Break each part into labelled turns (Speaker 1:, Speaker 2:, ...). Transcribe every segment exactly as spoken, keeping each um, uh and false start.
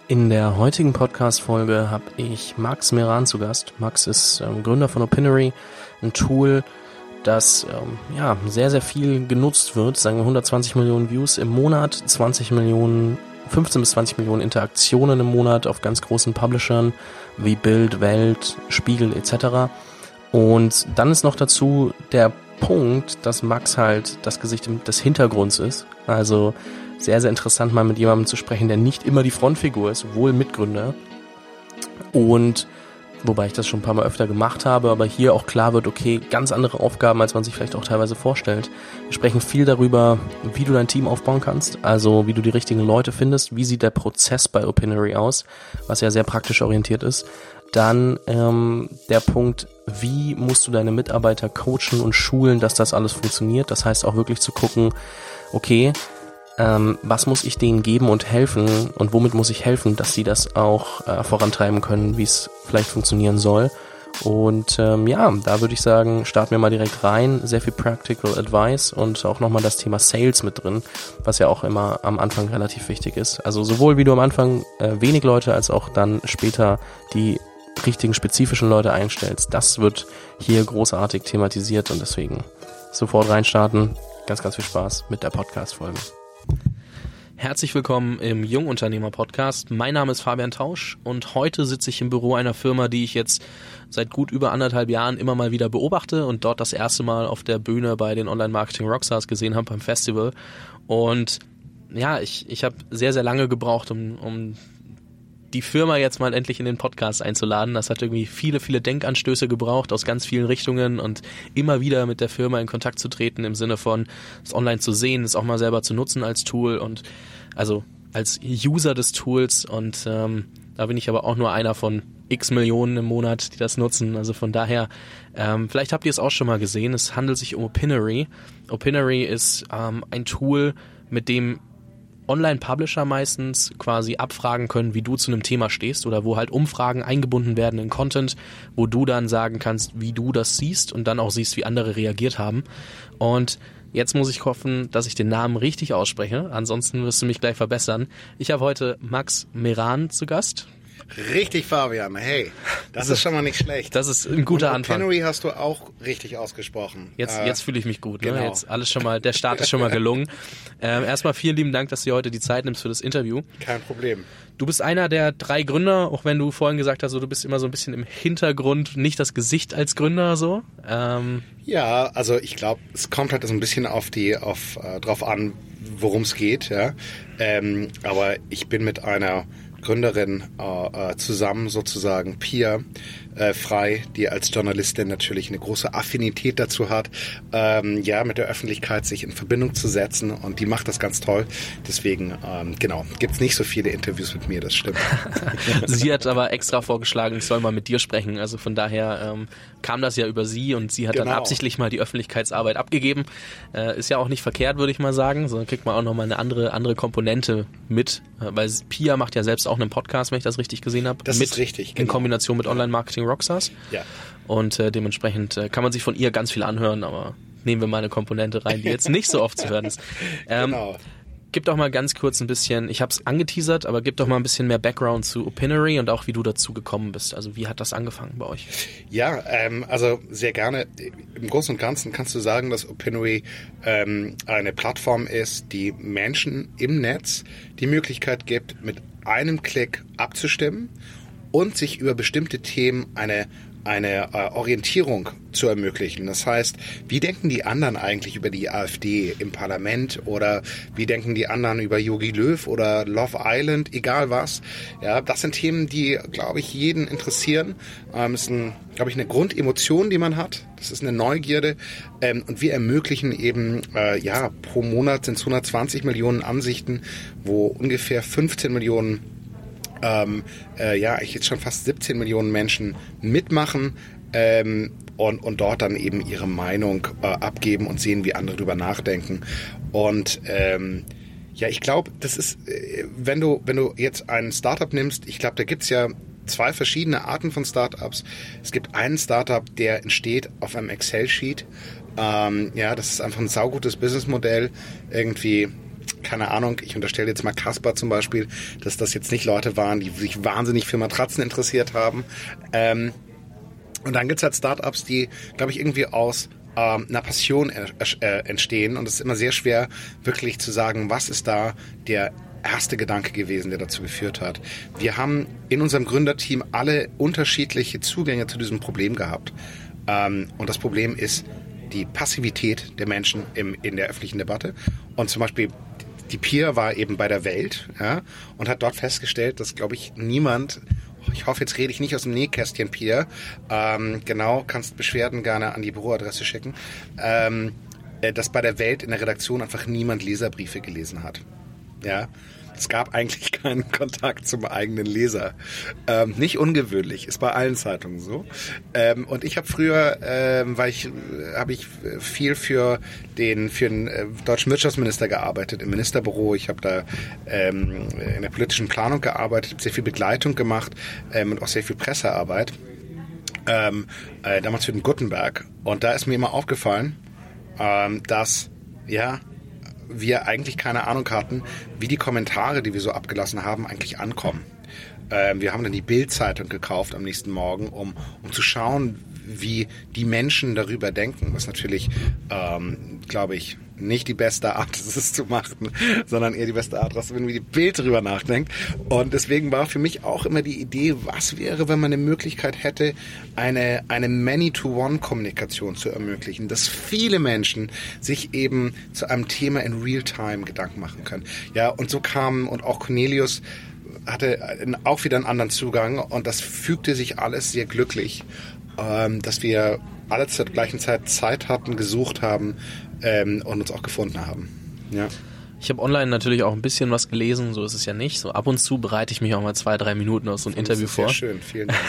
Speaker 1: In der heutigen Podcast-Folge habe ich Max Meran zu Gast. Max ist ähm, Gründer von Opinary, ein Tool, das ähm, ja sehr, sehr viel genutzt wird. Sagen wir hundertzwanzig Millionen Views im Monat, zwanzig Millionen, fünfzehn bis zwanzig Millionen Interaktionen im Monat auf ganz großen Publishern wie Bild, Welt, Spiegel et cetera. Und dann ist noch dazu der Punkt, dass Max halt das Gesicht des Hintergrunds ist. Also sehr, sehr interessant, mal mit jemandem zu sprechen, der nicht immer die Frontfigur ist, wohl Mitgründer. Und wobei ich das schon ein paar Mal öfter gemacht habe, aber hier auch klar wird, okay, ganz andere Aufgaben, als man sich vielleicht auch teilweise vorstellt. Wir sprechen viel darüber, wie du dein Team aufbauen kannst, also wie du die richtigen Leute findest, wie sieht der Prozess bei Opinary aus, was ja sehr praktisch orientiert ist. Dann ähm, der Punkt, wie musst du deine Mitarbeiter coachen und schulen, dass das alles funktioniert. Das heißt auch wirklich zu gucken, okay, ähm, was muss ich denen geben und helfen und womit muss ich helfen, dass sie das auch äh, vorantreiben können, wie es vielleicht funktionieren soll. Und ähm, ja, da würde ich sagen, starten wir mal direkt rein. Sehr viel Practical Advice und auch nochmal das Thema Sales mit drin, was ja auch immer am Anfang relativ wichtig ist. Also sowohl wie du am Anfang äh, wenig Leute als auch dann später die richtigen spezifischen Leute einstellst. Das wird hier großartig thematisiert und deswegen sofort reinstarten. Ganz, ganz viel Spaß mit der Podcast-Folge. Herzlich willkommen im Jungunternehmer-Podcast. Mein Name ist Fabian Tausch und heute sitze ich im Büro einer Firma, die ich jetzt seit gut über anderthalb Jahren immer mal wieder beobachte und dort das erste Mal auf der Bühne bei den Online-Marketing-Rockstars gesehen habe beim Festival. Und ja, ich, ich habe sehr, sehr lange gebraucht, um, um die Firma jetzt mal endlich in den Podcast einzuladen. Das hat irgendwie viele, viele Denkanstöße gebraucht aus ganz vielen Richtungen und immer wieder mit der Firma in Kontakt zu treten im Sinne von es online zu sehen, es auch mal selber zu nutzen als Tool und also als User des Tools und ähm, da bin ich aber auch nur einer von x Millionen im Monat, die das nutzen. Also von daher, ähm, vielleicht habt ihr es auch schon mal gesehen, es handelt sich um Opinary. Opinary ist ähm, ein Tool, mit dem Online-Publisher meistens quasi abfragen können, wie du zu einem Thema stehst oder wo halt Umfragen eingebunden werden in Content, wo du dann sagen kannst, wie du das siehst und dann auch siehst, wie andere reagiert haben. Und jetzt muss ich hoffen, dass ich den Namen richtig ausspreche, ansonsten wirst du mich gleich verbessern. Ich habe heute Max Meran zu Gast.
Speaker 2: Richtig, Fabian. Hey, das ist schon mal nicht schlecht.
Speaker 1: Das ist ein guter
Speaker 2: und
Speaker 1: Anfang.
Speaker 2: Opinary hast du auch richtig ausgesprochen.
Speaker 1: Jetzt,
Speaker 2: äh,
Speaker 1: jetzt fühle ich mich gut.
Speaker 2: Genau.
Speaker 1: Ne? Jetzt alles schon mal, der Start ist schon mal gelungen. Ähm, erstmal vielen lieben Dank, dass du dir heute die Zeit nimmst für das Interview.
Speaker 2: Kein Problem.
Speaker 1: Du bist einer der drei Gründer, auch wenn du vorhin gesagt hast, so, du bist immer so ein bisschen im Hintergrund, nicht das Gesicht als Gründer so. Ähm,
Speaker 2: ja, also ich glaube, es kommt halt so ein bisschen auf die, auf äh, drauf an, worum es geht. Ja, ähm, aber ich bin mit einer Gründerin äh, zusammen, sozusagen Pia äh, Frei, die als Journalistin natürlich eine große Affinität dazu hat, ähm, ja, mit der Öffentlichkeit sich in Verbindung zu setzen und die macht das ganz toll. Deswegen, ähm, genau, gibt's nicht so viele Interviews mit mir, das stimmt.
Speaker 1: Sie hat aber extra vorgeschlagen, ich soll mal mit dir sprechen, also von daher ähm, kam das ja über sie und sie hat
Speaker 2: genau.
Speaker 1: dann absichtlich mal die Öffentlichkeitsarbeit abgegeben. Äh, ist ja auch nicht verkehrt, würde ich mal sagen, sondern kriegt man auch nochmal eine andere, andere Komponente mit, äh, weil Pia macht ja selbst auch einen Podcast, wenn ich das richtig gesehen habe.
Speaker 2: Das
Speaker 1: mit,
Speaker 2: ist richtig,
Speaker 1: in
Speaker 2: genau.
Speaker 1: Kombination mit Online-Marketing Rockstars.
Speaker 2: Ja.
Speaker 1: Und äh, dementsprechend äh, kann man sich von ihr ganz viel anhören, aber nehmen wir mal eine Komponente rein, die jetzt nicht so oft zu hören ist. Ähm,
Speaker 2: genau.
Speaker 1: Gib doch mal ganz kurz ein bisschen, ich habe es angeteasert, aber gib doch mal ein bisschen mehr Background zu Opinary und auch wie du dazu gekommen bist. Also wie hat das angefangen bei euch?
Speaker 2: Ja, ähm, also sehr gerne. Im Großen und Ganzen kannst du sagen, dass Opinary ähm, eine Plattform ist, die Menschen im Netz die Möglichkeit gibt, mit einem Klick abzustimmen und sich über bestimmte Themen eine eine äh, Orientierung zu ermöglichen. Das heißt, wie denken die anderen eigentlich über die AfD im Parlament oder wie denken die anderen über Jogi Löw oder Love Island, egal was. Ja, das sind Themen, die, glaube ich, jeden interessieren. Ähm, ist ein, glaube ich, eine Grundemotion, die man hat. Das ist eine Neugierde. Ähm, und wir ermöglichen eben, äh, ja, pro Monat sind es hundertzwanzig Millionen Ansichten, wo ungefähr fünfzehn Millionen Ähm, äh, ja, ich jetzt schon fast siebzehn Millionen Menschen mitmachen ähm, und, und dort dann eben ihre Meinung äh, abgeben und sehen, wie andere drüber nachdenken. Und ähm, ja, ich glaube, das ist, äh, wenn du wenn du jetzt ein Startup nimmst, ich glaube, da gibt's ja zwei verschiedene Arten von Startups. Es gibt einen Startup, der entsteht auf einem Excel-Sheet. Ähm, ja, das ist einfach ein saugutes Businessmodell. Irgendwie keine Ahnung, ich unterstelle jetzt mal Casper zum Beispiel, dass das jetzt nicht Leute waren, die sich wahnsinnig für Matratzen interessiert haben. Ähm, und dann gibt's halt Startups, die, glaube ich, irgendwie aus ähm, einer Passion äh, äh, entstehen. Und es ist immer sehr schwer, wirklich zu sagen, was ist da der erste Gedanke gewesen, der dazu geführt hat. Wir haben in unserem Gründerteam alle unterschiedliche Zugänge zu diesem Problem gehabt. Ähm, und das Problem ist die Passivität der Menschen im, in der öffentlichen Debatte. Und zum Beispiel die Pia war eben bei der Welt, ja, und hat dort festgestellt, dass, glaube ich, niemand, ich hoffe, jetzt rede ich nicht aus dem Nähkästchen, Pia, ähm, genau, kannst Beschwerden gerne an die Büroadresse schicken, ähm, dass bei der Welt in der Redaktion einfach niemand Leserbriefe gelesen hat. Ja, es gab eigentlich keinen Kontakt zum eigenen Leser. Ähm, nicht ungewöhnlich, ist bei allen Zeitungen so. Ähm, und ich habe früher, ähm, weil ich, habe ich viel für den für den äh, deutschen Wirtschaftsminister gearbeitet im Ministerbüro. Ich habe da ähm, in der politischen Planung gearbeitet, habe sehr viel Begleitung gemacht ähm, und auch sehr viel Pressearbeit. Ähm, äh, damals für den Gutenberg. Und da ist mir immer aufgefallen, ähm, dass ja wir eigentlich keine Ahnung hatten, wie die Kommentare, die wir so abgelassen haben, eigentlich ankommen. Ähm, wir haben dann die Bild-Zeitung gekauft am nächsten Morgen, um, um zu schauen, wie die Menschen darüber denken, was natürlich, ähm, glaube ich, nicht die beste Art ist, es zu machen, sondern eher die beste Art, dass wenn wie die Bild darüber nachdenkt. Und deswegen war für mich auch immer die Idee, was wäre, wenn man eine Möglichkeit hätte, eine, eine Many-to-One-Kommunikation zu ermöglichen, dass viele Menschen sich eben zu einem Thema in Real-Time Gedanken machen können. Ja, und so kam, und auch Cornelius hatte auch wieder einen anderen Zugang, und das fügte sich alles sehr glücklich, ähm, dass wir alle zur gleichen Zeit Zeit hatten, gesucht haben ähm, und uns auch gefunden haben. Ja.
Speaker 1: Ich habe online natürlich auch ein bisschen was gelesen, so ist es ja nicht. So ab und zu bereite ich mich auch mal zwei, drei Minuten aus so einem Interview vor.
Speaker 2: Sehr schön, vielen Dank.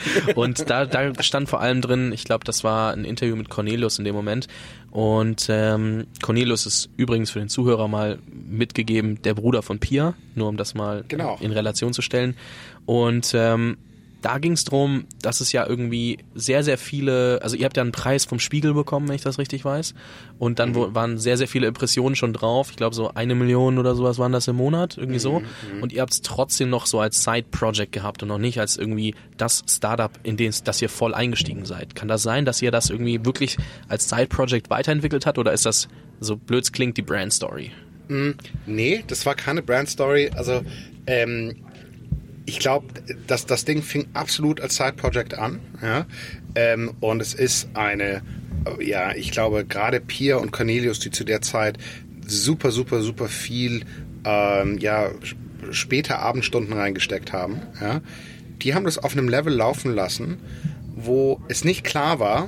Speaker 1: Und da, da stand vor allem drin, ich glaube, das war ein Interview mit Cornelius in dem Moment. Und ähm, Cornelius ist übrigens für den Zuhörer mal mitgegeben, der Bruder von Pia, nur um das mal
Speaker 2: genau.
Speaker 1: in Relation zu stellen. Und ähm, da ging es darum, dass es ja irgendwie sehr, sehr viele, also ihr habt ja einen Preis vom Spiegel bekommen, wenn ich das richtig weiß, und dann mhm. waren sehr, sehr viele Impressionen schon drauf, ich glaube so eine Million oder sowas waren das im Monat, irgendwie so, mhm. und ihr habt es trotzdem noch so als Side-Project gehabt und noch nicht als irgendwie das Startup, in das, das ihr voll eingestiegen seid. Kann das sein, dass ihr das irgendwie wirklich als Side-Project weiterentwickelt habt, oder ist das, so blöd es klingt, die Brand-Story?
Speaker 2: Mhm. Nee, das war keine Brand-Story, also ähm ich glaube, dass das Ding fing absolut als Side-Project an, ja, ähm, und es ist eine, ja, ich glaube, gerade Pia und Cornelius, die zu der Zeit super, super, super viel, ähm, ja, späte Abendstunden reingesteckt haben, ja, die haben das auf einem Level laufen lassen, wo es nicht klar war,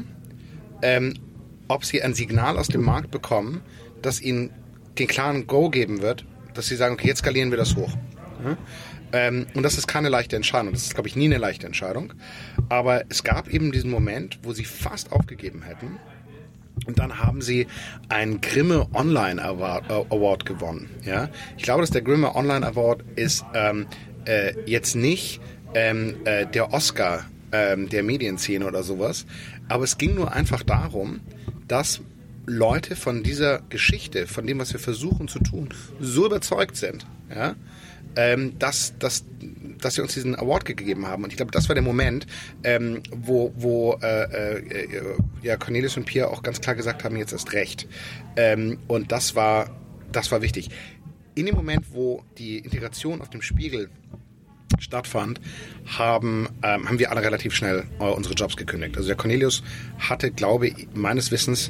Speaker 2: ähm, ob sie ein Signal aus dem Markt bekommen, das ihnen den klaren Go geben wird, dass sie sagen, okay, jetzt skalieren wir das hoch. Ja? Ähm, und das ist keine leichte Entscheidung. Das ist, glaube ich, nie eine leichte Entscheidung. Aber es gab eben diesen Moment, wo sie fast aufgegeben hätten. Und dann haben sie einen Grimme Online Award, äh, Award gewonnen. Ja? Ich glaube, dass der Grimme Online Award ist ähm, äh, jetzt nicht ähm, äh, der Oscar ähm, der Medienszene oder sowas. Aber es ging nur einfach darum, dass Leute von dieser Geschichte, von dem, was wir versuchen zu tun, so überzeugt sind, ja, ähm, dass, dass, dass sie uns diesen Award gegeben haben. Und ich glaube, das war der Moment, ähm, wo, wo äh, äh, ja, Cornelius und Pia auch ganz klar gesagt haben, jetzt erst recht. Ähm, und das war, das war wichtig. In dem Moment, wo die Integration auf dem Spiegel stattfand, haben, ähm, haben wir alle relativ schnell äh, unsere Jobs gekündigt. Also der Cornelius hatte, glaube ich, meines Wissens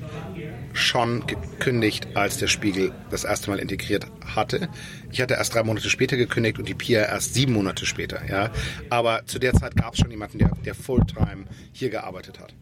Speaker 2: schon gekündigt, als der Spiegel das erste Mal integriert hatte. Ich hatte erst drei Monate später gekündigt und die Pia erst sieben Monate später. Ja, aber zu der Zeit gab es schon jemanden, der, der Fulltime hier gearbeitet hat.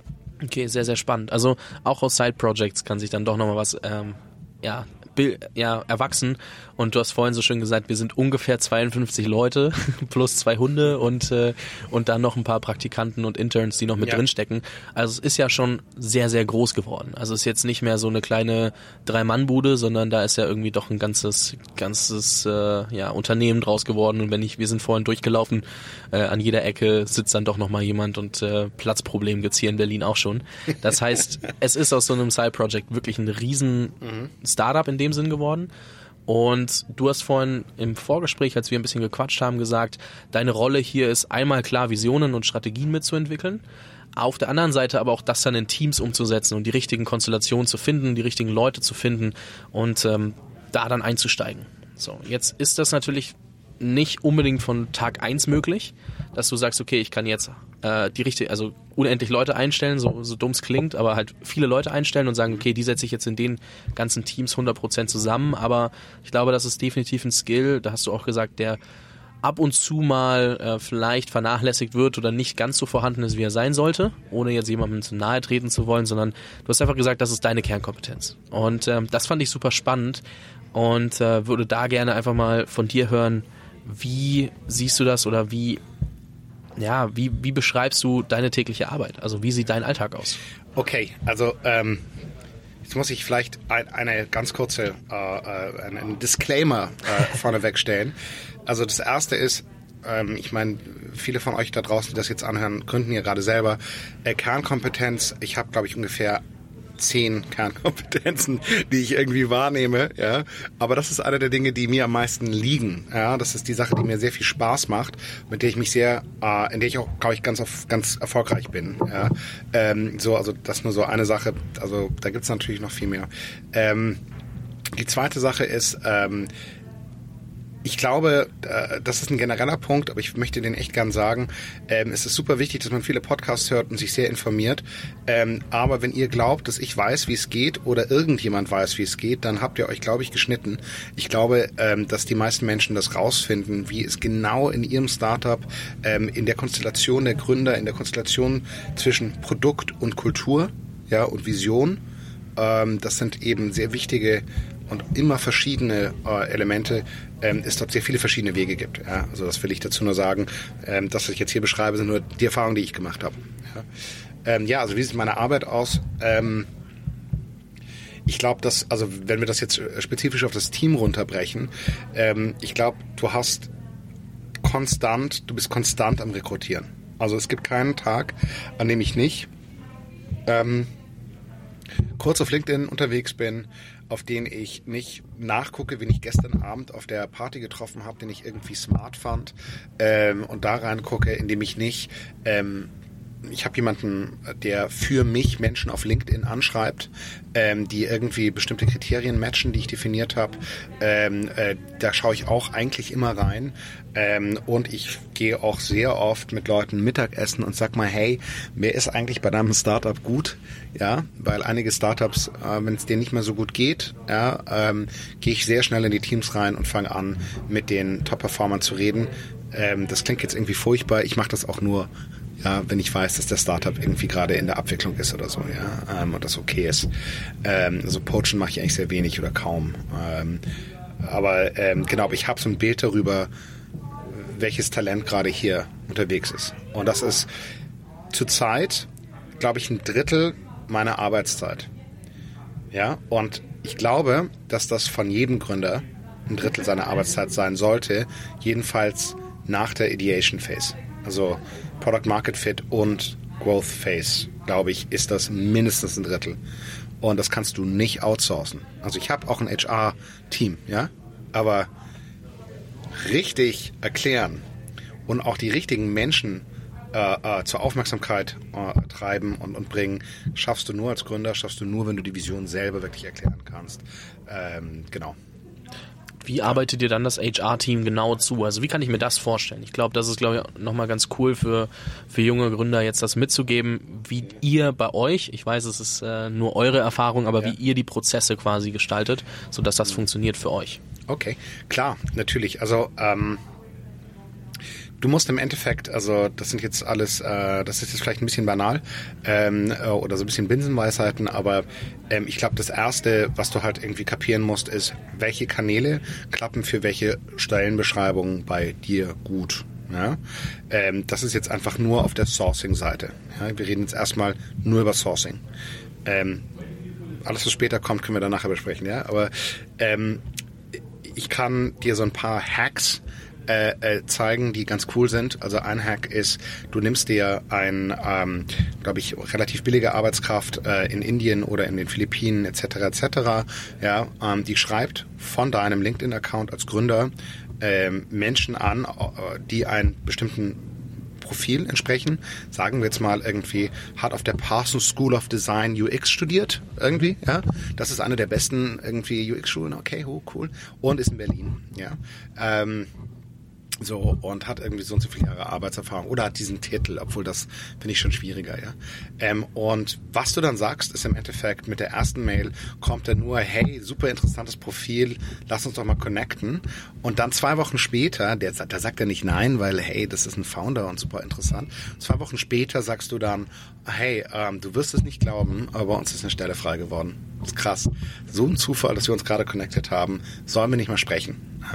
Speaker 1: Okay, sehr, sehr spannend. Also auch aus Side-Projects kann sich dann doch nochmal was ähm, ja, ja, erwachsen. Und du hast vorhin so schön gesagt, wir sind ungefähr zweiundfünfzig Leute plus zwei Hunde und äh, und dann noch ein paar Praktikanten und Interns, die noch mit ja. drin stecken. Also es ist ja schon sehr, sehr groß geworden. Also es ist jetzt nicht mehr so eine kleine Drei-Mann-Bude, sondern da ist ja irgendwie doch ein ganzes ganzes äh, ja, Unternehmen draus geworden. Und wenn ich, wir sind vorhin durchgelaufen, äh, an jeder Ecke sitzt dann doch nochmal jemand und äh, Platzproblem gibt's hier in Berlin auch schon. Das heißt, es ist aus so einem Side-Project wirklich ein riesen mhm. Startup in dem Sinn geworden. Und du hast vorhin im Vorgespräch, als wir ein bisschen gequatscht haben, gesagt, deine Rolle hier ist einmal klar Visionen und Strategien mitzuentwickeln, auf der anderen Seite aber auch das dann in Teams umzusetzen und die richtigen Konstellationen zu finden, die richtigen Leute zu finden und ähm, da dann einzusteigen. So, jetzt ist das natürlich nicht unbedingt von Tag eins möglich, dass du sagst, okay, ich kann jetzt äh, die richtige, also unendlich Leute einstellen, so, so dumm es klingt, aber halt viele Leute einstellen und sagen, okay, die setze ich jetzt in den ganzen Teams hundert Prozent zusammen, aber ich glaube, das ist definitiv ein Skill, da hast du auch gesagt, der ab und zu mal äh, vielleicht vernachlässigt wird oder nicht ganz so vorhanden ist, wie er sein sollte, ohne jetzt jemandem zu nahe treten zu wollen, sondern du hast einfach gesagt, das ist deine Kernkompetenz. Und ähm, das fand ich super spannend und äh, würde da gerne einfach mal von dir hören, wie siehst du das oder wie, ja, wie, wie beschreibst du deine tägliche Arbeit? Also wie sieht dein Alltag aus?
Speaker 2: Okay, also ähm, jetzt muss ich vielleicht ein, eine ganz kurze, äh, einen Disclaimer äh, vorneweg stellen. Also das erste ist, ähm, ich meine, viele von euch da draußen, die das jetzt anhören, gründen ja gerade selber äh, Kernkompetenz. Ich habe, glaube ich, ungefähr zehn Kernkompetenzen, die ich irgendwie wahrnehme, ja. Aber das ist eine der Dinge, die mir am meisten liegen, ja. Das ist die Sache, die mir sehr viel Spaß macht, mit der ich mich sehr, äh, in der ich auch, glaube ich, ganz, auf, ganz erfolgreich bin, ja. Ähm, so, also das ist nur so eine Sache. Also da gibt's natürlich noch viel mehr. Ähm, die zweite Sache ist, ähm, ich glaube, das ist ein genereller Punkt, aber ich möchte den echt gern sagen. Es ist super wichtig, dass man viele Podcasts hört und sich sehr informiert. Aber wenn ihr glaubt, dass ich weiß, wie es geht oder irgendjemand weiß, wie es geht, dann habt ihr euch, glaube ich, geschnitten. Ich glaube, dass die meisten Menschen das rausfinden, wie es genau in ihrem Startup, in der Konstellation der Gründer, in der Konstellation zwischen Produkt und Kultur, ja, und Vision, das sind eben sehr wichtige und immer verschiedene äh, Elemente, ähm, es dort sehr viele verschiedene Wege gibt. Ja? Also das will ich dazu nur sagen. Ähm, das, was ich jetzt hier beschreibe, sind nur die Erfahrungen, die ich gemacht habe. Ja, ähm, ja also wie sieht meine Arbeit aus? Ähm, ich glaube, dass, also wenn wir das jetzt spezifisch auf das Team runterbrechen, ähm, ich glaube, du hast konstant, du bist konstant am Rekrutieren. Also es gibt keinen Tag, an dem ich nicht ähm, kurz auf LinkedIn unterwegs bin, auf den ich nicht nachgucke, wen ich gestern Abend auf der Party getroffen habe, den ich irgendwie smart fand, ähm, und da reingucke, indem ich nicht, ähm, ich habe jemanden, der für mich Menschen auf LinkedIn anschreibt, ähm, die irgendwie bestimmte Kriterien matchen, die ich definiert habe. Ähm, äh, da schaue ich auch eigentlich immer rein. Ähm, und ich gehe auch sehr oft mit Leuten Mittagessen und sag mal, hey, wer ist eigentlich bei deinem Startup gut? Ja, weil einige Startups, äh, wenn es denen nicht mehr so gut geht, ja, ähm, gehe ich sehr schnell in die Teams rein und fange an, mit den Top-Performern zu reden. Ähm, das klingt jetzt irgendwie furchtbar. Ich mache das auch nur, ja, wenn ich weiß, dass der Startup irgendwie gerade in der Abwicklung ist oder so, ja, ähm, und das okay ist. Ähm, also Poachen mache ich eigentlich sehr wenig oder kaum. Ähm, aber ähm, genau, ich habe so ein Bild darüber, welches Talent gerade hier unterwegs ist. Und das ist zurzeit, glaube ich, ein Drittel meiner Arbeitszeit. Ja, und ich glaube, dass das von jedem Gründer ein Drittel seiner Arbeitszeit sein sollte, jedenfalls nach der Ideation Phase. Also Product Market Fit und Growth Phase, glaube ich, ist das mindestens ein Drittel. Und das kannst du nicht outsourcen. Also ich habe auch ein H R-Team, ja, aber richtig erklären und auch die richtigen Menschen äh, äh, zur Aufmerksamkeit äh, treiben und, und bringen, schaffst du nur als Gründer, schaffst du nur, wenn du die Vision selber wirklich erklären kannst. Ähm, genau.
Speaker 1: Wie arbeitet dir dann das H R-Team genau zu? Also wie kann ich mir das vorstellen? Ich glaube, das ist, glaube ich, nochmal ganz cool für, für junge Gründer, jetzt das mitzugeben, wie ihr bei euch, ich weiß, es ist äh, nur eure Erfahrung, aber ja, wie ihr die Prozesse quasi gestaltet, sodass das mhm. funktioniert für euch.
Speaker 2: Okay, klar, natürlich. Also ähm, du musst im Endeffekt, also das sind jetzt alles, äh, das ist jetzt vielleicht ein bisschen banal ähm, oder so ein bisschen Binsenweisheiten, aber ähm, ich glaube, das Erste, was du halt irgendwie kapieren musst, ist, welche Kanäle klappen für welche Stellenbeschreibungen bei dir gut. Ja? Ähm, das ist jetzt einfach nur auf der Sourcing-Seite. Ja? Wir reden jetzt erstmal nur über Sourcing. Ähm, alles, was später kommt, können wir dann nachher besprechen. Ja? Aber ähm, ich kann dir so ein paar Hacks äh, äh, zeigen, die ganz cool sind. Also ein Hack ist, du nimmst dir ein, ähm, glaube ich, relativ billige Arbeitskraft äh, in Indien oder in den Philippinen et cetera et cetera. Ja, ähm, die schreibt von deinem LinkedIn-Account als Gründer ähm, Menschen an, äh, die einen bestimmten Profil entsprechen. Sagen wir jetzt mal irgendwie, hat auf der Parsons School of Design U X studiert, irgendwie, ja. Das ist eine der besten irgendwie U X-Schulen, okay, oh, cool. Und ist in Berlin, ja. Ähm, so, und hat irgendwie so und so viele Jahre Arbeitserfahrung oder hat diesen Titel, obwohl das finde ich schon schwieriger, ja. Ähm, und was du dann sagst, ist im Endeffekt mit der ersten Mail kommt dann nur, hey, super interessantes Profil, lass uns doch mal connecten. Und dann zwei Wochen später, der, da sagt er nicht nein, weil, hey, das ist ein Founder und super interessant. Zwei Wochen später sagst du dann, hey, ähm, du wirst es nicht glauben, aber bei uns ist eine Stelle frei geworden. Das ist krass. So ein Zufall, dass wir uns gerade connected haben, sollen wir nicht mal sprechen.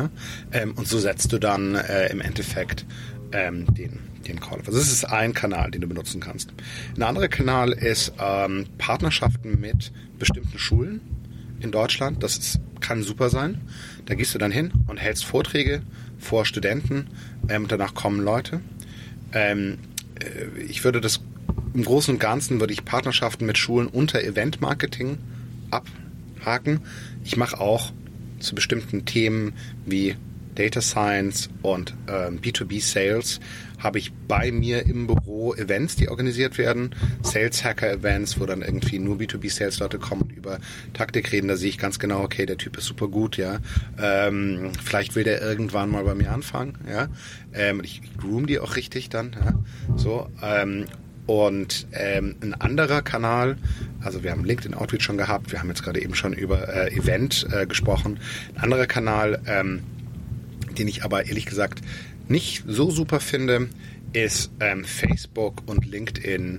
Speaker 2: Ähm, und so setzt du dann äh, im Endeffekt ähm, den, den Call auf. Also das ist ein Kanal, den du benutzen kannst. Ein anderer Kanal ist ähm, Partnerschaften mit bestimmten Schulen in Deutschland. Das ist, kann super sein. Da gehst du dann hin und hältst Vorträge vor Studenten. Ähm, danach kommen Leute. Ähm, äh, ich würde das im Großen und Ganzen würde ich Partnerschaften mit Schulen unter Event-Marketing abhaken. Ich mache auch zu bestimmten Themen wie Data Science und ähm, B zwei B Sales habe ich bei mir im Büro Events, die organisiert werden, Sales Hacker Events, wo dann irgendwie nur B zwei B Sales Leute kommen und über Taktik reden. Da sehe ich ganz genau, okay, der Typ ist super gut, ja. Ähm, vielleicht will der irgendwann mal bei mir anfangen, ja. Ähm, ich, ich groom die auch richtig dann, ja. So. Ähm, Und ähm, ein anderer Kanal, also wir haben LinkedIn Outreach schon gehabt, wir haben jetzt gerade eben schon über äh, Event äh, gesprochen. Ein anderer Kanal, ähm, den ich aber ehrlich gesagt nicht so super finde, ist ähm, Facebook und LinkedIn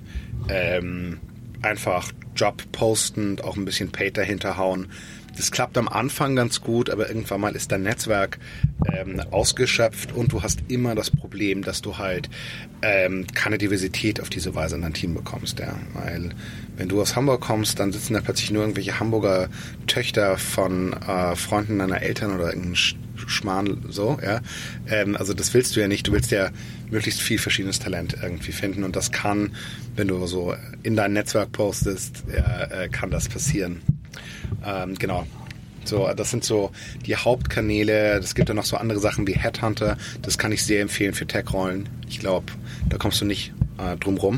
Speaker 2: ähm, einfach Job posten, auch ein bisschen Paid dahinter hauen. Das klappt am Anfang ganz gut, aber irgendwann mal ist dein Netzwerk ähm, ausgeschöpft und du hast immer das Problem, dass du halt ähm, keine Diversität auf diese Weise in dein Team bekommst. Ja? Weil wenn du aus Hamburg kommst, dann sitzen da plötzlich nur irgendwelche Hamburger Töchter von äh, Freunden deiner Eltern oder irgendein Sch- Schmarrn so. Ja? Ähm, also das willst du ja nicht. Du willst ja möglichst viel verschiedenes Talent irgendwie finden und das kann, wenn du so in dein Netzwerk postest, ja, äh, kann das passieren. Ähm, genau. So, das sind so die Hauptkanäle. Es gibt ja noch so andere Sachen wie Headhunter. Das kann ich sehr empfehlen für Tech-Rollen. Ich glaube, da kommst du nicht äh, drum rum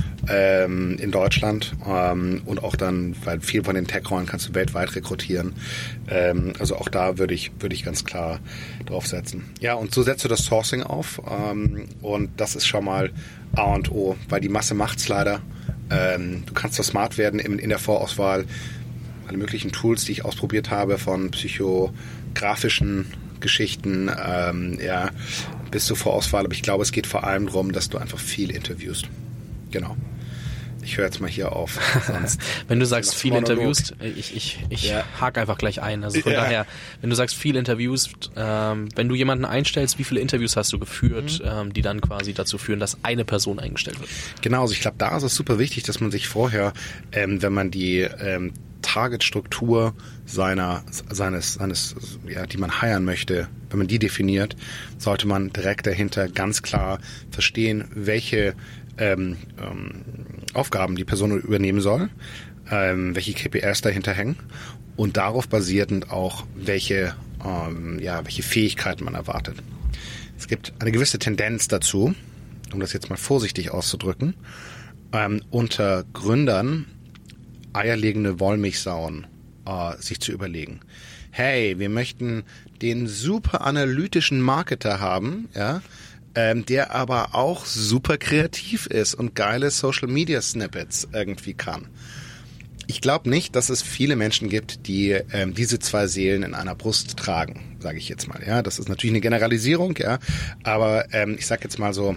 Speaker 2: ähm, in Deutschland. Ähm, und auch dann, weil viel von den Tech-Rollen kannst du weltweit rekrutieren. Ähm, also auch da würde ich, würde ich ganz klar drauf setzen. Ja, und so setzt du das Sourcing auf. Ähm, und das ist schon mal A und O, weil die Masse macht's leider. Ähm, du kannst doch smart werden in, in der Vorauswahl. Alle möglichen Tools, die ich ausprobiert habe, von psychografischen Geschichten, ähm, ja, bis zur Vorauswahl. Aber ich glaube, es geht vor allem darum, dass du einfach viel interviewst. Genau. Ich höre jetzt mal hier auf. Sonst
Speaker 1: wenn du sagst viel interviewst, ich, ich, ich ja. hake einfach gleich ein. Also von ja. daher, wenn du sagst viel interviewst, ähm, wenn du jemanden einstellst, wie viele Interviews hast du geführt, mhm. ähm, die dann quasi dazu führen, dass eine Person eingestellt wird?
Speaker 2: Genau, also ich glaube, da ist es super wichtig, dass man sich vorher, ähm, wenn man die ähm, Target-Struktur seiner, seines, seines, ja, die man hiren möchte, wenn man die definiert, sollte man direkt dahinter ganz klar verstehen, welche ähm, ähm, Aufgaben die Person übernehmen soll, ähm, welche K P Is dahinter hängen und darauf basierend auch, welche, ähm, ja, welche Fähigkeiten man erwartet. Es gibt eine gewisse Tendenz dazu, um das jetzt mal vorsichtig auszudrücken, ähm, unter Gründern eierlegende Wollmilchsauen äh, sich zu überlegen. Hey, wir möchten den super analytischen Marketer haben, ja, ähm, der aber auch super kreativ ist und geile Social Media Snippets irgendwie kann. Ich glaube nicht, dass es viele Menschen gibt, die ähm, diese zwei Seelen in einer Brust tragen, sage ich jetzt mal. Ja, das ist natürlich eine Generalisierung, ja, aber ähm, ich sag jetzt mal so,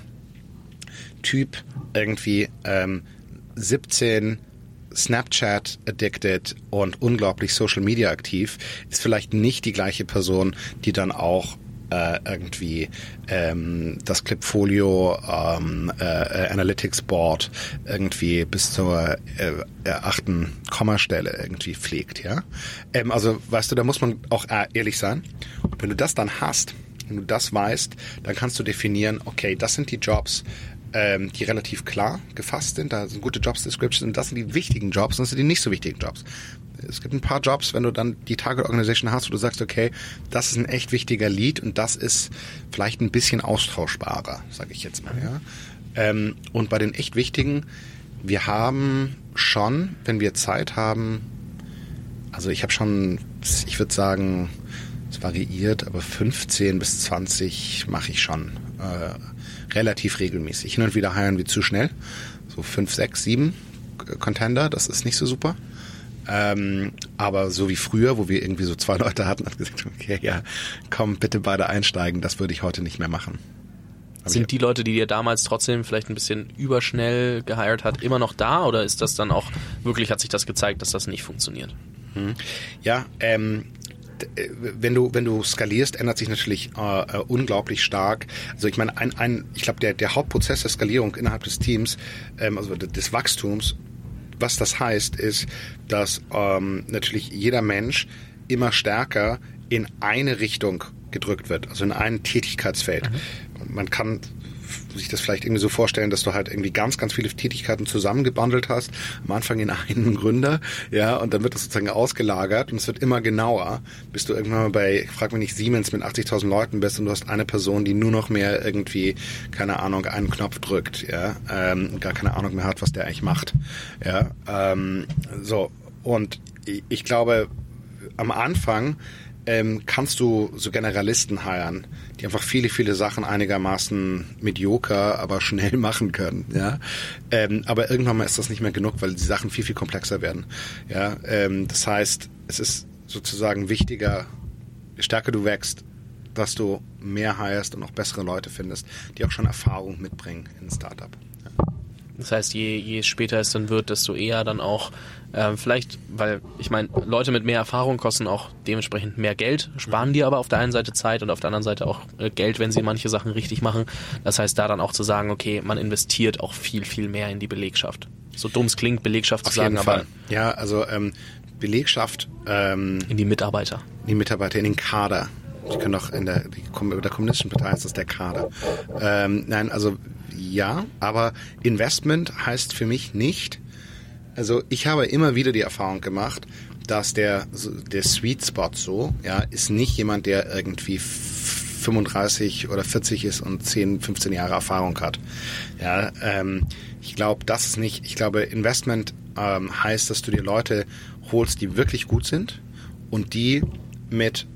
Speaker 2: Typ irgendwie ähm, siebzehn, Snapchat addicted und unglaublich Social Media aktiv, ist vielleicht nicht die gleiche Person, die dann auch äh, irgendwie ähm, das Clipfolio ähm, äh, Analytics Board irgendwie bis zur äh, achten Kommastelle irgendwie pflegt, ja. Ähm, also weißt du, da muss man auch ehrlich sein. Wenn du das dann hast Wenn du das weißt, dann kannst du definieren, okay, das sind die Jobs, ähm, die relativ klar gefasst sind, da sind gute Jobs-Descriptions und das sind die wichtigen Jobs und das sind die nicht so wichtigen Jobs. Es gibt ein paar Jobs, wenn du dann die Target Organization hast, wo du sagst, okay, das ist ein echt wichtiger Lead und das ist vielleicht ein bisschen austauschbarer, sage ich jetzt mal. Ja. Ähm, und bei den echt wichtigen, wir haben schon, wenn wir Zeit haben, also ich habe schon, ich würde sagen, es variiert, aber fünfzehn bis zwanzig mache ich schon äh, relativ regelmäßig. Hin und wieder heiern wir zu schnell, so fünf, sechs, sieben Contender, das ist nicht so super. Ähm, aber so wie früher, wo wir irgendwie so zwei Leute hatten, hat gesagt, okay, ja, komm, bitte beide einsteigen, das würde ich heute nicht mehr machen. Aber
Speaker 1: sind die Leute, die dir damals trotzdem vielleicht ein bisschen überschnell gehired hat, immer noch da oder ist das dann auch, wirklich hat sich das gezeigt, dass das nicht funktioniert?
Speaker 2: Hm. Ja, ähm, wenn du wenn du skalierst, ändert sich natürlich äh, unglaublich stark. Also ich meine, ein, ein ich glaube, der der Hauptprozess der Skalierung innerhalb des Teams, ähm, also des Wachstums, was das heißt, ist, dass ähm, natürlich jeder Mensch immer stärker in eine Richtung gedrückt wird, also in ein Tätigkeitsfeld. Mhm. Man kann sich das vielleicht irgendwie so vorstellen, dass du halt irgendwie ganz, ganz viele Tätigkeiten zusammengebundelt hast, am Anfang in einen Gründer, ja, und dann wird das sozusagen ausgelagert und es wird immer genauer, bis du irgendwann mal bei, ich frag mich nicht, Siemens mit achtzigtausend Leuten bist und du hast eine Person, die nur noch mehr irgendwie, keine Ahnung, einen Knopf drückt, ja, ähm, gar keine Ahnung mehr hat, was der eigentlich macht, ja, ähm, so, und ich glaube, am Anfang ähm, kannst du so Generalisten hiren, die einfach viele, viele Sachen einigermaßen medioker, aber schnell machen können. Ja, ähm, aber irgendwann mal ist das nicht mehr genug, weil die Sachen viel, viel komplexer werden. Ja, ähm, das heißt, es ist sozusagen wichtiger, je stärker du wächst, dass du mehr hirest und auch bessere Leute findest, die auch schon Erfahrung mitbringen in ein Startup. Ja.
Speaker 1: Das heißt, je, je später es dann wird, desto eher dann auch ähm, vielleicht, weil ich meine, Leute mit mehr Erfahrung kosten auch dementsprechend mehr Geld, sparen dir aber auf der einen Seite Zeit und auf der anderen Seite auch äh, Geld, wenn sie manche Sachen richtig machen. Das heißt, da dann auch zu sagen, okay, man investiert auch viel, viel mehr in die Belegschaft. So dumm es klingt, Belegschaft
Speaker 2: auf
Speaker 1: zu sagen,
Speaker 2: jeden Fall.
Speaker 1: aber
Speaker 2: ja, also ähm, Belegschaft ähm,
Speaker 1: in die Mitarbeiter.
Speaker 2: In die Mitarbeiter, in den Kader. Die können doch in der, die, der Kommunistischen Partei ist das der Kader. Ähm, nein, also ja, aber Investment heißt für mich nicht, also ich habe immer wieder die Erfahrung gemacht, dass der, der Sweet Spot so, ja, ist nicht jemand, der irgendwie fünfunddreißig oder vierzig ist und zehn, fünfzehn Jahre Erfahrung hat. Ja, ähm, ich glaube, das ist nicht, ich glaube, Investment ähm, heißt, dass du dir Leute holst, die wirklich gut sind und die mit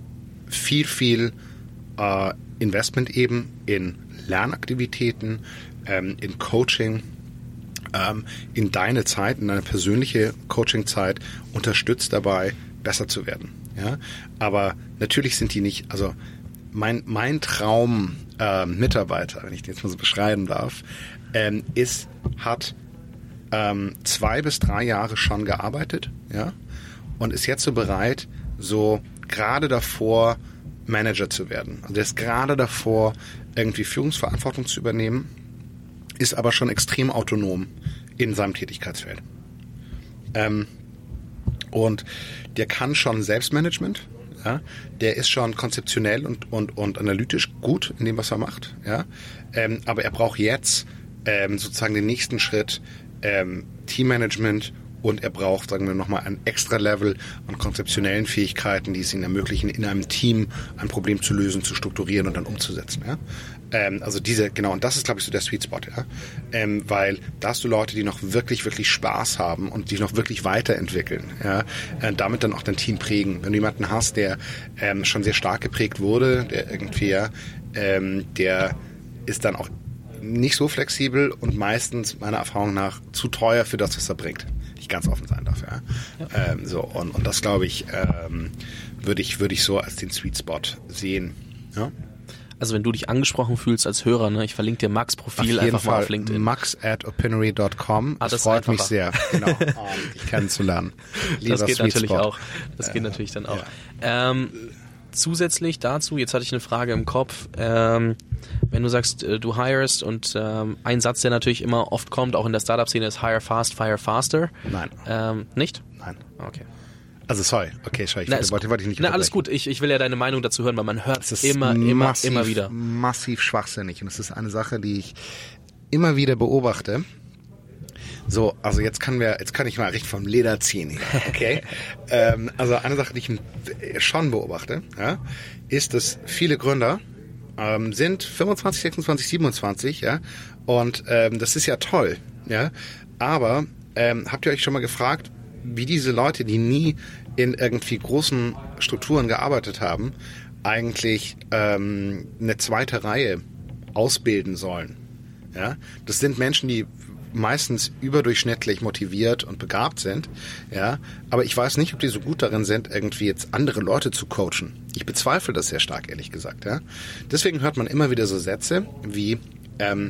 Speaker 2: viel, viel äh, Investment eben in Lernaktivitäten, ähm, in Coaching, ähm, in deine Zeit, in deine persönliche Coaching-Zeit unterstützt dabei, besser zu werden. Ja? Aber natürlich sind die nicht, also mein, mein Traum äh, Mitarbeiter, wenn ich den jetzt mal so beschreiben darf, ähm, ist, hat ähm, zwei bis drei Jahre schon gearbeitet, ja, und ist jetzt so bereit, so gerade davor Manager zu werden. Also der ist gerade davor, irgendwie Führungsverantwortung zu übernehmen, ist aber schon extrem autonom in seinem Tätigkeitsfeld. Ähm, und der kann schon Selbstmanagement, ja, der ist schon konzeptionell und, und, und analytisch gut in dem, was er macht, ja, ähm, aber er braucht jetzt ähm, sozusagen den nächsten Schritt, ähm, Teammanagement, und er braucht, sagen wir nochmal, ein extra Level an konzeptionellen Fähigkeiten, die es ihm ermöglichen, in einem Team ein Problem zu lösen, zu strukturieren und dann umzusetzen. Ja? Ähm, also diese, genau, und das ist, glaube ich, so der Sweet Spot, ja, ähm, weil da hast du Leute, die noch wirklich, wirklich Spaß haben und die noch wirklich weiterentwickeln, ja, äh, damit dann auch dein Team prägen. Wenn du jemanden hast, der ähm, schon sehr stark geprägt wurde, der irgendwie, ja, ähm, der ist dann auch nicht so flexibel und meistens, meiner Erfahrung nach, zu teuer für das, was er bringt. Ich ganz offen sein darf, ja. ja. Ähm, so, und, und das, glaube ich, ähm, würde ich, würde ich so als den Sweet Spot sehen. Ja?
Speaker 1: Also wenn du dich angesprochen fühlst als Hörer, ne, ich verlinke dir Max' Profil einfach
Speaker 2: Fall.
Speaker 1: mal auf LinkedIn.
Speaker 2: Max at opinory dot com.
Speaker 1: Ah,
Speaker 2: das, das freut mich sehr, genau, um dich kennenzulernen.
Speaker 1: Lieber das geht
Speaker 2: Sweet
Speaker 1: natürlich
Speaker 2: Spot.
Speaker 1: auch. Das geht
Speaker 2: äh,
Speaker 1: natürlich dann auch.
Speaker 2: Ja.
Speaker 1: Ähm, zusätzlich dazu, jetzt hatte ich eine Frage im Kopf, ähm, wenn du sagst, äh, du hirest und ähm, ein Satz, der natürlich immer oft kommt, auch in der Startup-Szene, ist hire fast, fire faster.
Speaker 2: Nein.
Speaker 1: Ähm, nicht?
Speaker 2: Nein.
Speaker 1: Okay.
Speaker 2: Also sorry, okay, sorry, ich
Speaker 1: na,
Speaker 2: wollte, wollte, wollte ich nicht
Speaker 1: Na, alles gut, ich, ich will ja deine Meinung dazu hören, weil man hört es immer,
Speaker 2: massiv,
Speaker 1: immer, immer wieder.
Speaker 2: Massiv schwachsinnig und es ist eine Sache, die ich immer wieder beobachte. So, also jetzt kann wir, jetzt kann ich mal richtig vom Leder ziehen, okay? ähm, also eine Sache, die ich schon beobachte, ja, ist, dass viele Gründer ähm, sind fünfundzwanzig, sechsundzwanzig, siebenundzwanzig, ja, und ähm, das ist ja toll, ja, aber ähm, habt ihr euch schon mal gefragt, wie diese Leute, die nie in irgendwie großen Strukturen gearbeitet haben, eigentlich ähm, eine zweite Reihe ausbilden sollen? Ja, das sind Menschen, die meistens überdurchschnittlich motiviert und begabt sind, ja, aber ich weiß nicht, ob die so gut darin sind, irgendwie jetzt andere Leute zu coachen. Ich bezweifle das sehr stark, ehrlich gesagt, ja. Deswegen hört man immer wieder so Sätze wie, ähm,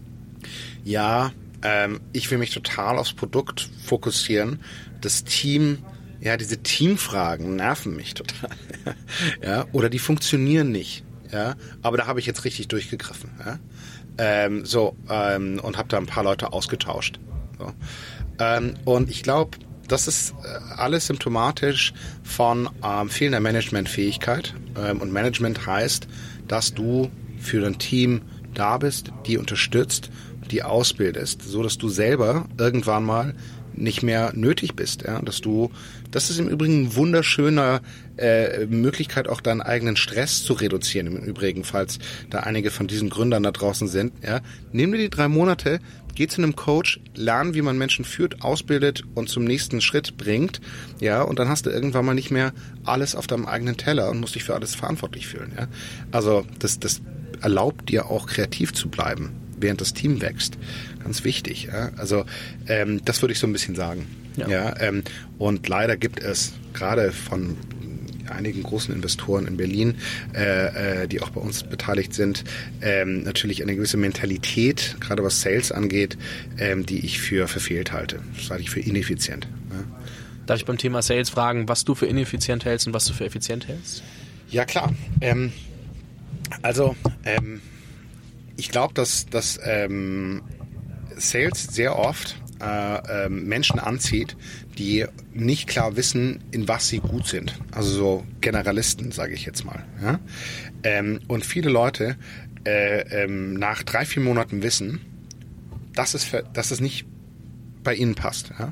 Speaker 2: ja, ähm, ich will mich total aufs Produkt fokussieren, das Team, ja, diese Teamfragen nerven mich total, ja, oder die funktionieren nicht, ja, aber da habe ich jetzt richtig durchgegriffen, ja. Ähm, so, ähm, und habe da ein paar Leute ausgetauscht. So. Ähm, und ich glaube, das ist äh, alles symptomatisch von ähm, fehlender Managementfähigkeit. Ähm, und Management heißt, dass du für dein Team da bist, die unterstützt, die ausbildest, so dass du selber irgendwann mal nicht mehr nötig bist, ja, dass du, das ist im Übrigen eine wunderschöne äh, Möglichkeit, auch deinen eigenen Stress zu reduzieren, im Übrigen, falls da einige von diesen Gründern da draußen sind, ja, nimm dir die drei Monate, geh zu einem Coach, lern, wie man Menschen führt, ausbildet und zum nächsten Schritt bringt, ja, und dann hast du irgendwann mal nicht mehr alles auf deinem eigenen Teller und musst dich für alles verantwortlich fühlen, ja, also das, das erlaubt dir auch kreativ zu bleiben, während das Team wächst. Ganz wichtig. Ja? Also ähm, das würde ich so ein bisschen sagen. Ja. Ja, ähm, und leider gibt es gerade von einigen großen Investoren in Berlin, äh, äh, die auch bei uns beteiligt sind, ähm, natürlich eine gewisse Mentalität, gerade was Sales angeht, ähm, die ich für verfehlt halte. Das halte ich für ineffizient. Ja?
Speaker 1: Darf ich beim Thema Sales fragen, was du für ineffizient hältst und was du für effizient hältst?
Speaker 2: Ja, klar. Ähm, also, ähm, ich glaube, dass, dass ähm, Sales sehr oft äh, äh, Menschen anzieht, die nicht klar wissen, in was sie gut sind. Also so Generalisten, sage ich jetzt mal. Ja? Ähm, und viele Leute äh, ähm, nach drei, vier Monaten wissen, dass es, dass es nicht bei ihnen passt. Ja?